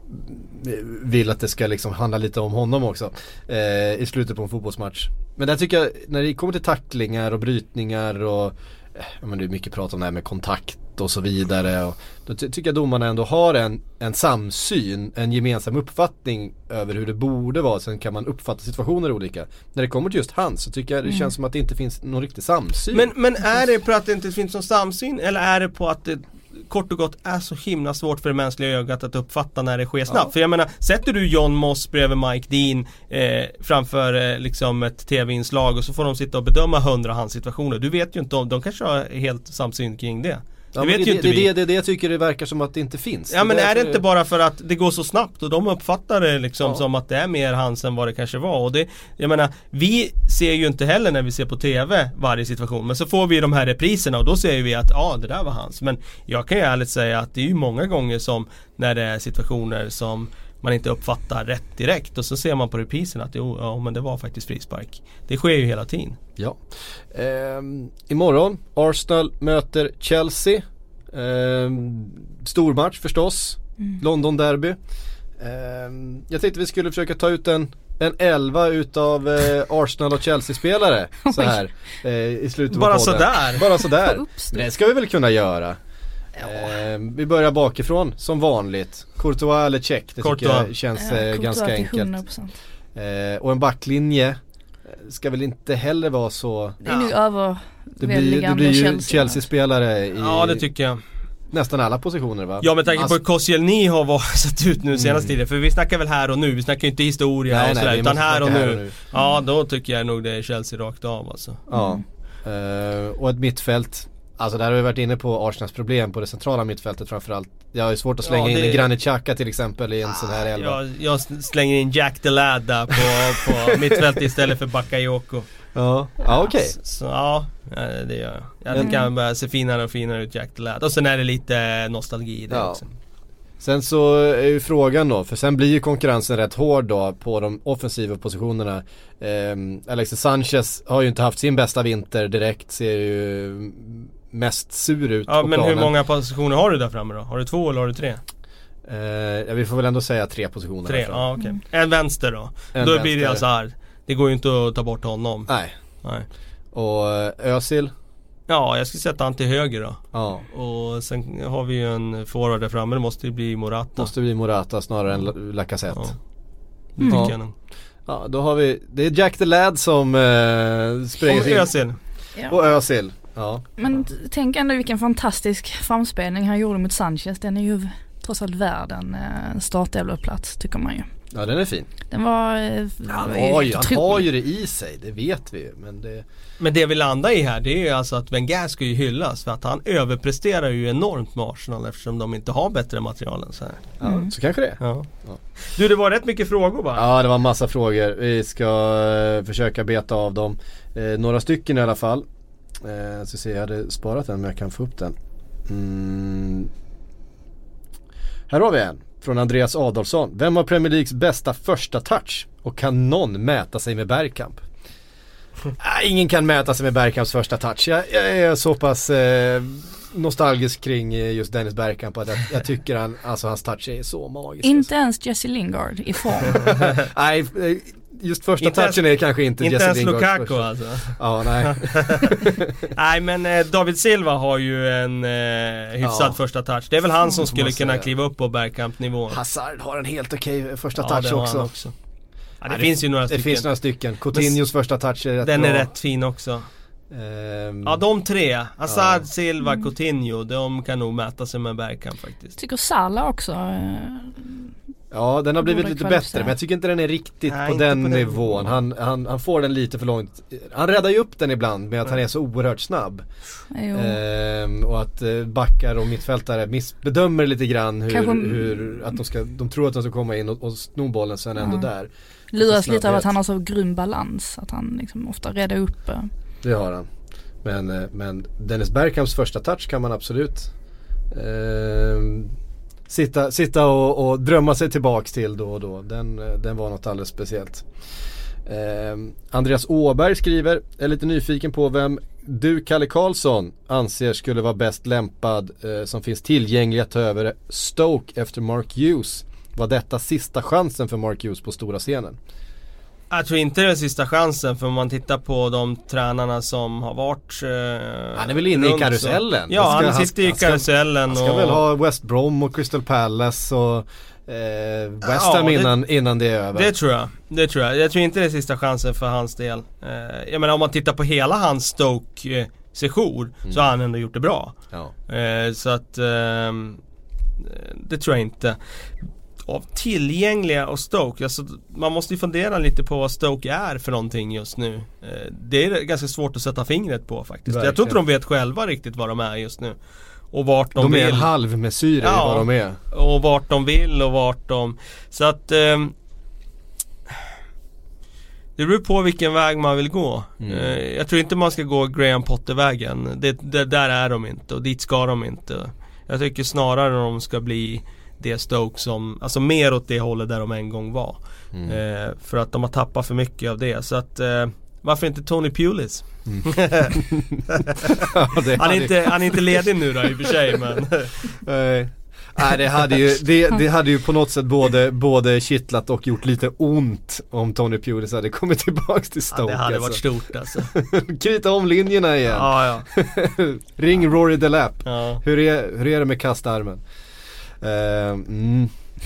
vill att det ska liksom handla lite om honom också eh, i slutet på en fotbollsmatch. Men där tycker jag, när det kommer till tacklingar och brytningar och eh, men det är mycket prat om det här med kontakt och så vidare och då ty- tycker jag domarna ändå har en, en samsyn, en gemensam uppfattning över hur det borde vara. Sen kan man uppfatta situationer olika. När det kommer till just hans så tycker jag det mm. känns som att det inte finns någon riktig samsyn. Men, men är det på att det inte finns någon samsyn eller är det på att det kort och gott är så himla svårt för det mänskliga ögat att uppfatta när det sker snabbt? Ja. För jag menar, sätter du John Moss bredvid Mike Dean eh, framför eh, liksom ett tv-inslag och så får de sitta och bedöma hundra hans situationer. Du vet ju inte om de kanske har helt samsyn kring det. Ja, det vet det, ju inte det, vi. det, det, det jag tycker det verkar som att det inte finns. Ja, men det är det inte bara för att det går så snabbt och de uppfattar det liksom ja. som att det är mer hans än vad det kanske var. Och det, jag menar, vi ser ju inte heller när vi ser på tv varje situation. Men så får vi de här repriserna och då ser vi att ja, det där var hans. Men jag kan ju ärligt säga att det är ju många gånger som när det är situationer som man inte uppfattar rätt direkt och så ser man på reprisen att jo, ja, men det var faktiskt frispark. Det sker ju hela tiden. Ja. Ehm, imorgon Arsenal möter Chelsea. Ehm, stormatch förstås. Mm. London derby. Ehm, jag tänkte vi skulle försöka ta ut en en elva utav eh, Arsenal och Chelsea-spelare så här eh, i slutet Bara på podden. sådär. Bara sådär. Det ska vi väl kunna göra. Ja. Eh, vi börjar bakifrån som vanligt. Courtois eller Check, det Courtois. tycker jag känns eh, ja, ganska enkelt. Eh, och en backlinje ska väl inte heller vara så... Det är nu över det blir, det blir ju Chelsea, Chelsea-spelare i ja, det tycker jag. Nästan alla positioner, va? Ja, med tanke alltså, på hur Koscielny har varit sett ut nu senaste mm. tiden. För vi snackar väl här och nu, vi snackar ju inte historia nej, och sådär, nej, utan här och, här och nu. Ja, då tycker jag nog det är Chelsea rakt av alltså. Ja, mm. uh, och ett mittfält. Alltså där har vi varit inne på Arsenals problem på det centrala mittfältet framförallt. Jag har ju svårt att slänga ja, det... in en Granit Xhaka till exempel i en ah, sån här elva. Jag, jag slänger in Jack the Lad där på, på mittfältet istället för Bakayoko. Ja, ja okej. Okay. Så, så ja, det gör jag. Jag kan bara se finare och finare ut Jack the Lad. Och sen är det lite nostalgi där ja. också. Sen så är ju frågan då, för sen blir ju konkurrensen rätt hård då på de offensiva positionerna. Eh, Alexis Sanchez har ju inte haft sin bästa vinter direkt, ser ju mest sur ut ja, på men planen. Hur många positioner har du där framme då? Har du två eller har du tre? Eh, ja, vi får väl ändå säga tre positioner. Tre, ja okej. Okay. Mm. En vänster då. En då vänster. Blir det alltså här. Det går ju inte att ta bort honom. Nej. Nej. Och Özil? Ja, jag skulle sätta han till höger då. Ja. Och sen har vi ju en forward där framme. Det måste ju bli Morata. Måste bli Morata snarare än Lacazette. Ja. Det tycker ja. jag nog. Ja, då har vi, det är Jack the Lad som eh, springer och Özil. Ja. Och Özil. Ja. Men tänk ändå vilken fantastisk framspelning han gjorde mot Sanchez. Den är ju trots allt värd en eh, startelvaplats, tycker man ju. Ja, den är fin. Den var... Eh, han, har ju, han har ju det i sig, det vet vi ju. Men det, men det vi landar i här, det är ju alltså att Wenger ska ju hyllas för att han överpresterar ju enormt med Arsenal eftersom de inte har bättre material än så här. Ja, mm. så kanske det. Ja. Ja. Du, det var rätt mycket frågor va? Ja, det var en massa frågor. Vi ska uh, försöka beta av dem. Uh, några stycken i alla fall. Uh, så se, jag hade sparat den men jag kan få upp den. Mm. Här har vi en. Från Andreas Adolfsson. Vem har Premier Leagues bästa första touch? Och kan någon mäta sig med Bergkamp? äh, ingen kan mäta sig med Bergkamps första touch. Jag, jag är så pass eh, nostalgisk kring just Dennis Bergkamp att jag, jag tycker han, alltså hans touch är så magisk. Inte ens Jesse Lingard i form. Nej, just första inte touchen ens, är kanske inte Inte Jesse ens Lingard Lukaku första. alltså. Ja, nej. Nej, men eh, David Silva har ju en eh, hyfsad ja. första touch. Det är väl han som skulle kunna kliva upp på Bergkamp-nivån. Hazard har en helt okej okay första ja, touch också. också. Ja, det, det finns ju några det stycken. Det finns några stycken. Coutinhos första touch är rätt Den bra. är rätt fin också. Um, ja, de tre. Hazard, ja. Silva, mm. Coutinho. De kan nog mäta sig med Bergkamp faktiskt. Tycker Salah också. Eh, ja, den har blivit lite bättre. Men jag tycker inte den är riktigt Nej, på, den på den nivån. Han, han, han får den lite för långt. Han räddar ju upp den ibland med att han är så oerhört snabb. Um, och att uh, backar och mittfältare missbedömer lite grann hur, Kanske... hur att de, ska, de tror att de ska komma in och, och sno bollen sen ja. ändå där. Luras lite av att han har så grym balans. Att han liksom ofta räddar upp. Uh. Det har han. Men, men Dennis Bergkamps första touch kan man absolut uh, sitta, sitta och, och drömma sig tillbaks till då och då. Den, den var något alldeles speciellt. Uh, Andreas Åberg skriver, är lite nyfiken på vem du, Kalle Karlsson, anser skulle vara bäst lämpad uh, som finns tillgänglig att ta över Stoke efter Mark Hughes. Var detta sista chansen för Mark Hughes på stora scenen? Jag tror inte det är sista chansen, för om man tittar på de tränarna som har varit eh, han är väl inne i karusellen. Så. Ja, ska, han sitter han, i karusellen. Han ska, han ska och... väl ha West Brom och Crystal Palace och eh, West Ham ja, innan, innan det är över. Det tror jag. Det tror jag. Jag tror inte det är sista chansen för hans del. Eh, jag menar, om man tittar på hela hans Stoke-session mm. så har han ändå gjort det bra. Ja. Eh, så att eh, det tror jag inte. Av tillgängliga och Stoke, alltså, man måste ju fundera lite på vad Stoke är för någonting just nu. eh, Det är ganska svårt att sätta fingret på faktiskt. Verkligen. Jag tror inte de vet själva riktigt vad de är just nu. Och vart de, de vill. är en halv mesyr ja, vad de är. Och vart de vill och vart de. Så att eh, det beror på vilken väg man vill gå. mm. eh, Jag tror inte man ska gå Graham Potter-vägen. det, det, Där är de inte och dit ska de inte. Jag tycker snarare de ska bli det Stoke som, alltså mer åt det hållet där de en gång var. Mm. Eh, för att de har tappat för mycket av det. Så att, eh, varför inte Tony Pulis? Mm. ja, han, är inte, han är inte ledig nu då i och för sig, men... Nej. Nej, det hade ju det, det hade ju på något sätt både både kittlat och gjort lite ont om Tony Pulis hade kommit tillbaks till Stoke. Ja, det hade alltså. varit stort alltså. Krita om linjerna igen. Ja, ja. Ring Rory Delap. Ja. Hur är hur är det med kastarmen? Uh, mm.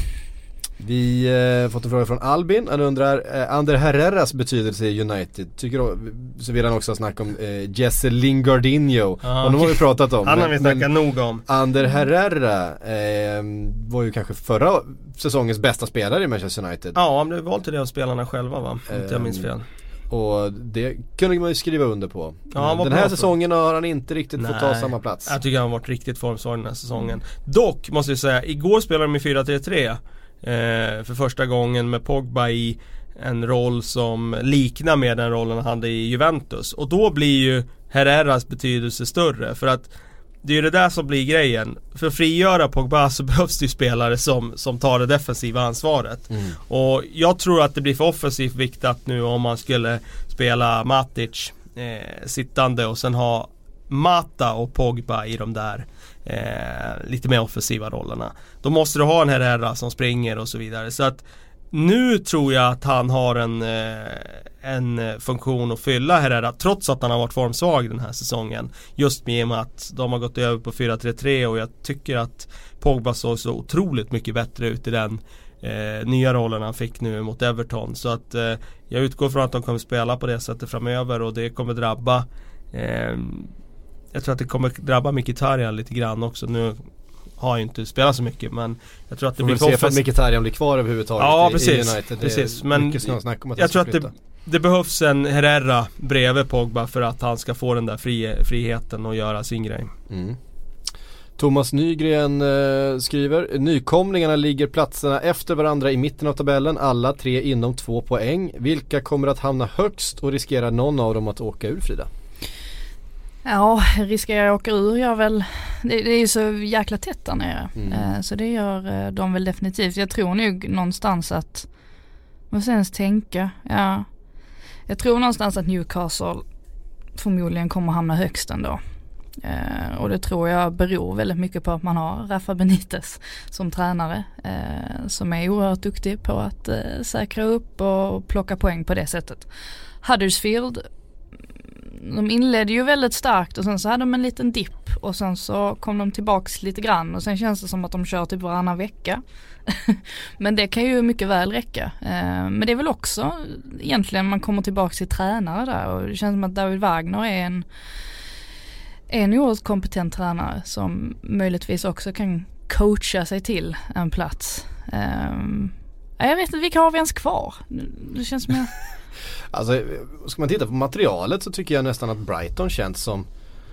Vi uh, fått en fråga från Albin. Han undrar uh, Ander Herreras betydelse i United. Tycker då, så vill han också snacka om uh, Jesse Lingardinho. Och de har vi pratat om. Han har vi snackat nog om. Ander Herrera uh, var ju kanske förra säsongens bästa spelare i Manchester United. Ja, han blev valt till det av spelarna själva, va? Om inte jag minns fel. Och det kunde man ju skriva under på. Ja, den här säsongen har han inte riktigt Nej, fått ta samma plats. Jag tycker han har varit riktigt formsvag den här säsongen. Dock måste jag säga, igår spelade de i fyra tre tre eh, för första gången med Pogba i en roll som liknar med den rollen han hade i Juventus. Och då blir ju Herreras betydelse större, för att det är ju det där som blir grejen. För att frigöra Pogba så behövs det ju spelare som, som tar det defensiva ansvaret. Mm. Och jag tror att det blir för offensivt viktat nu om man skulle spela Matic eh, sittande och sen ha Mata och Pogba i de där eh, lite mer offensiva rollerna. Då måste du ha en Herrera som springer och så vidare. Så att nu tror jag att han har en, en funktion att fylla Herrera, trots att han har varit formsvag den här säsongen. Just med att de har gått över på fyra tre tre, och jag tycker att Pogba såg så otroligt mycket bättre ut i den eh, nya rollen han fick nu mot Everton. Så att eh, jag utgår från att de kommer spela på det sättet framöver, och det kommer drabba eh, jag tror att det kommer drabba Mkhitaryan lite grann också. Nu har ju inte spelat så mycket, men jag tror att det får blir se för att Mkhitaryan blir kvar överhuvudtaget ja, i, precis, i United. precis. Det är men mycket snack om att jag tror att flytta. det, det behövs en Herrera bredvid Pogba för att han ska få den där fri, friheten och göra sin grej. Mm. Thomas Nygren eh, skriver: nykomlingarna ligger platserna efter varandra i mitten av tabellen, alla tre inom två poäng. Vilka kommer att hamna högst och riskerar någon av dem att åka ur, Frida? Ja, riskerar jag åka ur gör väl, det, det är ju så jäkla tätt där nere. Mm. Eh, så det gör eh, de väl definitivt. Jag tror nog någonstans att, vad ska jag ens tänka, ja, jag tror någonstans att Newcastle förmodligen kommer hamna högst ändå. Eh, och det tror jag beror väldigt mycket på att man har Rafa Benitez som tränare eh, som är oerhört duktig på att eh, säkra upp och plocka poäng på det sättet. Huddersfield, de inledde ju väldigt starkt och sen så hade de en liten dipp och sen så kom de tillbaks lite grann och sen känns det som att de kör typ varannan vecka. Men det kan ju mycket väl räcka. Eh, men det är väl också egentligen man kommer tillbaks till tränare där och det känns som att David Wagner är en en oerhört kompetent tränare som möjligtvis också kan coacha sig till en plats. Um, jag vet inte, vilka har vi ens kvar? Det känns som jag... Alltså, ska man titta på materialet så tycker jag nästan att Brighton känns som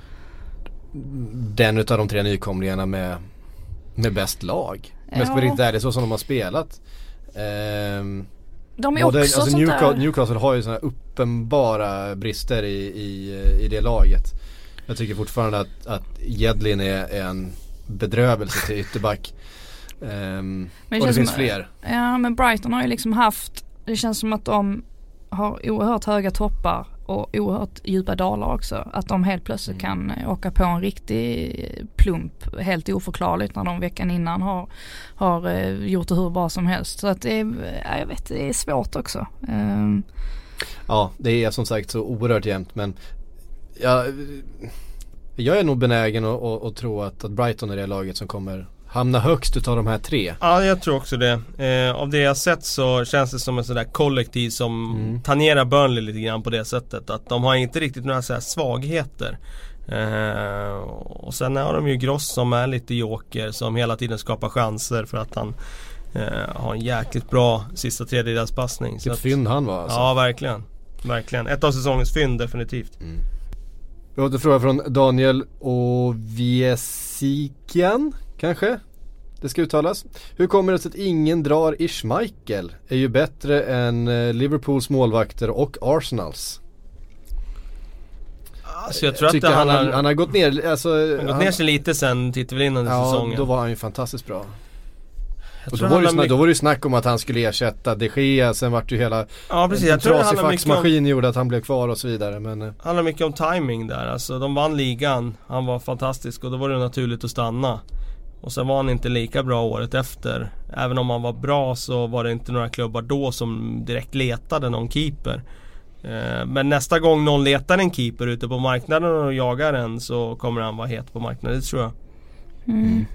den utav de tre nykomlingarna med, med bäst lag. Men ja. Ska vi riktigt är det så som de har spelat. Um, de är både, också alltså sånt Newcastle, där... Newcastle har ju såna uppenbara brister i, i, i det laget. Jag tycker fortfarande att, att Jedlin är, är en bedrövelse till ytterback. Um, men och det finns som, fler. Ja, men Brighton har ju liksom haft, det känns som att de har oerhört höga toppar och oerhört djupa dalar också. Att de helt plötsligt mm. kan åka på en riktig plump helt oförklarligt när de veckan innan har, har uh, gjort det hur bra som helst. Så att det är, jag vet, det är svårt också. Um. Ja, det är som sagt så oerhört jämnt, men jag, jag är nog benägen att, att, att tro att, att Brighton är det laget som kommer hamna högst utav de här tre. Ja, jag tror också det. Eh, av det jag sett så känns det som en sån där kollektiv som mm. tangerar Burnley lite grann på det sättet. Att de har inte riktigt några så här svagheter. Eh, och sen har de ju Gross som är lite joker, som hela tiden skapar chanser för att han eh, har en jäkligt bra sista tredjedelspassning. Vilket fynd han var alltså. Ja, verkligen. Verkligen. Ett av säsongens fynd definitivt. Mm. Vi har en fråga från Daniel Oviesikian, kanske det ska uttalas. Hur kommer det sig att ingen drar i Schmeichel? Är ju bättre än Liverpools målvakter och Arsenals. Alltså jag tror att han, han, har, han har gått ner alltså, han har gått han, ner sig lite sen titelvinnande ja, säsongen. Ja, då var han ju fantastiskt bra. Och då, då, var det snack, mycket... då var det ju snack om att han skulle ersätta De Gea. Sen vart ju hela ja, precis. en Jag tror trasig faxmaskin om... gjorde att han blev kvar och så vidare. Men... Det handlar mycket om timing där. Alltså, de vann ligan, han var fantastisk och då var det naturligt att stanna. Och sen var han inte lika bra året efter. Även om han var bra så var det inte några klubbar då som direkt letade någon keeper. eh, Men nästa gång någon letar en keeper ute på marknaden och jagar en, så kommer han vara het på marknaden, det tror jag. Mm.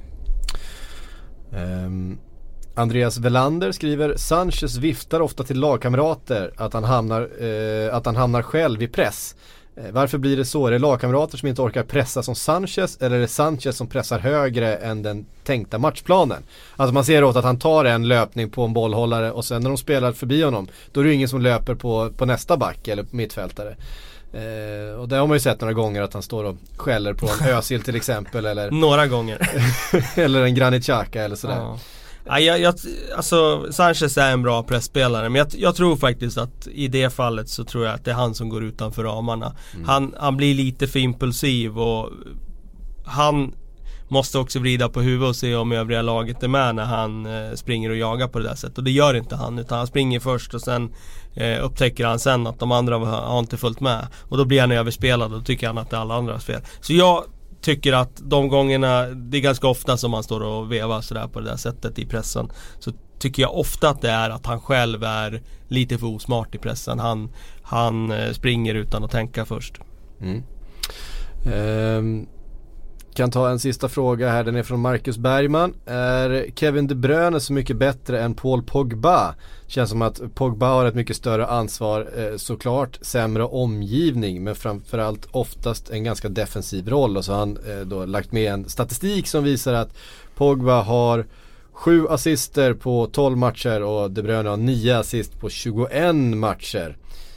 um... Andreas Velander skriver: Sanchez viftar ofta till lagkamrater att han hamnar, eh, att han hamnar själv i press. Eh, varför blir det så? Är det lagkamrater som inte orkar pressa som Sanchez, eller är det Sanchez som pressar högre än den tänkta matchplanen? Alltså man ser åt att han tar en löpning på en bollhållare och sen när de spelar förbi honom, då är det ingen som löper på, på nästa back eller på mittfältare. Eh, och det har man ju sett några gånger att han står och skäller på en Özil till exempel. Eller, några gånger. eller en Granit Xhaka eller sådär. Ja. Ja, jag, jag, alltså Sanchez är en bra pressspelare, men jag, jag tror faktiskt att i det fallet så tror jag att det är han som går utanför ramarna. Mm. Han, han blir lite för impulsiv och han måste också vrida på huvudet och se om övriga laget är med när han eh, springer och jagar på det där sättet. Och det gör inte han, utan han springer först och sen eh, upptäcker han sen att de andra har, har inte följt med. Och då blir han överspelad och tycker han att det är alla andras fel. Så jag tycker att de gångerna, det är ganska ofta som man står och vevar sådär på det där sättet i pressen, så tycker jag ofta att det är att han själv är lite för osmart i pressen. Han, han eh, springer utan att tänka först. Mm. Um, kan ta en sista fråga här, den är från Marcus Bergman. Är Kevin De Bruyne så mycket bättre än Paul Pogba? Känns som att Pogba har ett mycket större ansvar, eh, såklart sämre omgivning, men framförallt oftast en ganska defensiv roll. Och så har han eh, då lagt med en statistik som visar att Pogba har sju assister på tolv matcher och De Bruyne har nio assist på tjugoett matcher.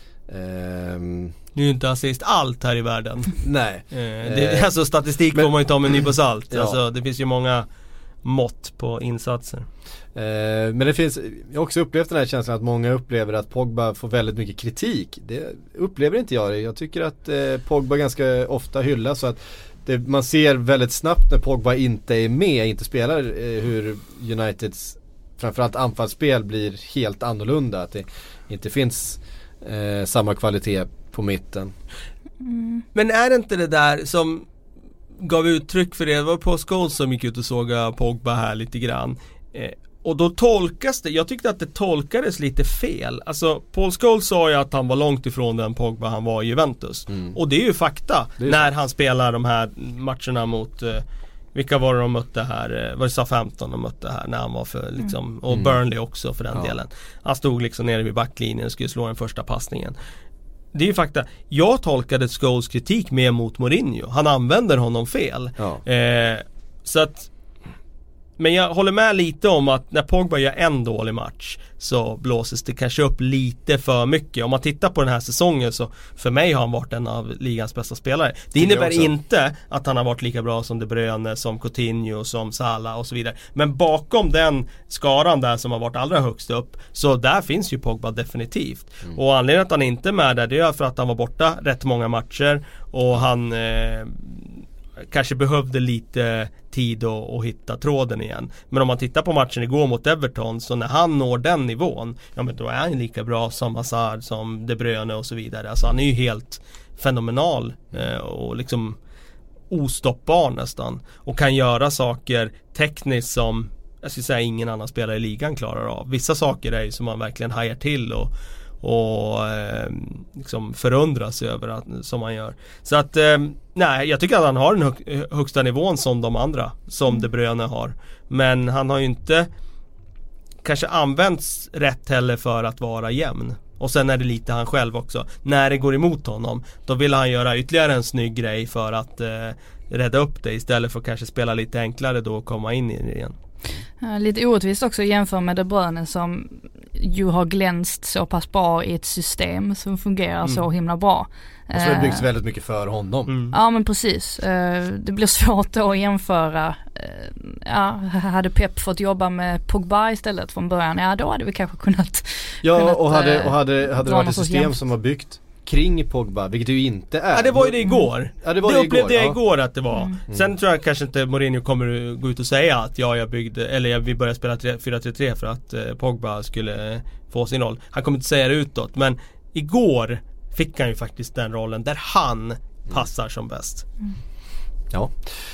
Ehm... Nu är ju inte assist allt här i världen. Nej. Eh, det, alltså statistik men, får man ju ta med en nypa salt. Ja. Alltså, det finns ju många mått på insatser. Eh, men det finns, jag har också upplevt den här känslan att många upplever att Pogba får väldigt mycket kritik. Det upplever inte jag. Jag tycker att eh, Pogba ganska ofta hyllas, så att det, man ser väldigt snabbt när Pogba inte är med, inte spelar, eh, hur Uniteds framförallt anfallsspel blir helt annorlunda. Att det inte finns eh, samma kvalitet på mitten. Mm. Men är det inte det där som gav uttryck för det? Det var Paul Scholes som gick ut och såg Pogba här lite grann. Eh, och då tolkas det, jag tyckte att det tolkades lite fel. Alltså Paul Scholes sa ju att han var långt ifrån den Pogba han var i Juventus. Mm. Och det är ju fakta är när sant. Han spelar de här matcherna mot eh, vilka var det de mötte här? Var det Southampton de mötte här när han var för liksom, mm. och Burnley också för den ja. delen. Han stod liksom nere vid backlinjen och skulle slå den första passningen. Det är ju fakta. Jag tolkade Scholes kritik mer mot Mourinho. Han använder honom fel. Ja. Eh, så att, men jag håller med lite om att när Pogba gör en dålig match så blåses det kanske upp lite för mycket. Om man tittar på den här säsongen så för mig har han varit en av ligans bästa spelare. Det innebär inte att han har varit lika bra som De Bruyne, som Coutinho, som Salah och så vidare. Men bakom den skaran där som har varit allra högst upp, så där finns ju Pogba definitivt. Mm. Och anledningen att han inte är med där, det är för att han var borta rätt många matcher och han eh, kanske behövde lite tid att, att hitta tråden igen. Men om man tittar på matchen igår mot Everton, så när han når den nivån, ja men då är han lika bra som Hazard, som De Bruyne och så vidare. Alltså han är ju helt fenomenal eh, och liksom ostoppbar nästan. Och kan göra saker tekniskt som jag skulle säga ingen annan spelare i ligan klarar av. Vissa saker är ju som man verkligen hajar till och och eh, liksom förundras över att, som han gör. Så att eh, nej, jag tycker att han har den hög, högsta nivån som de andra, som De Bruyne har. Men han har ju inte kanske använts rätt heller för att vara jämn. Och sen är det lite han själv också. När det går emot honom, då vill han göra ytterligare en snygg grej för att eh, rädda upp det, istället för att kanske spela lite enklare då och komma in i det igen. Ja, lite orättvist också jämfört med De Bruyne som ju har glänst så pass bra i ett system som fungerar mm. så himla bra. Och så har det byggts väldigt mycket för honom. Mm. Ja men precis. Det blir svårt då att jämföra. Ja, hade Pep fått jobba med Pogba istället från början, ja då hade vi kanske kunnat Ja kunnat, och hade, och hade, hade det varit ett system jämf- som var byggt kring Pogba, vilket det ju inte är. Ja, det var ju det igår. Ja, det var det det upplevde igår, jag igår ja. att det var. Mm. Sen tror jag kanske inte Mourinho kommer gå ut och säga att ja, jag byggde, eller jag, vi började spela fyra tre tre för att eh, Pogba skulle få sin roll. Han kommer inte säga det utåt, men igår fick han ju faktiskt den rollen där han passar som bäst. Mm. Ja.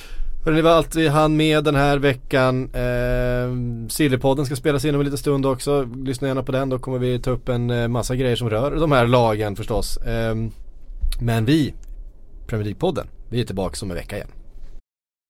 Det var allt vi hann med den här veckan. eh, Sillypodden ska spelas in om en liten stund också. Lyssna gärna på den, då kommer vi ta upp en massa grejer som rör de här lagen förstås. eh, Men vi, Premier League-podden, vi är tillbaka om en vecka igen.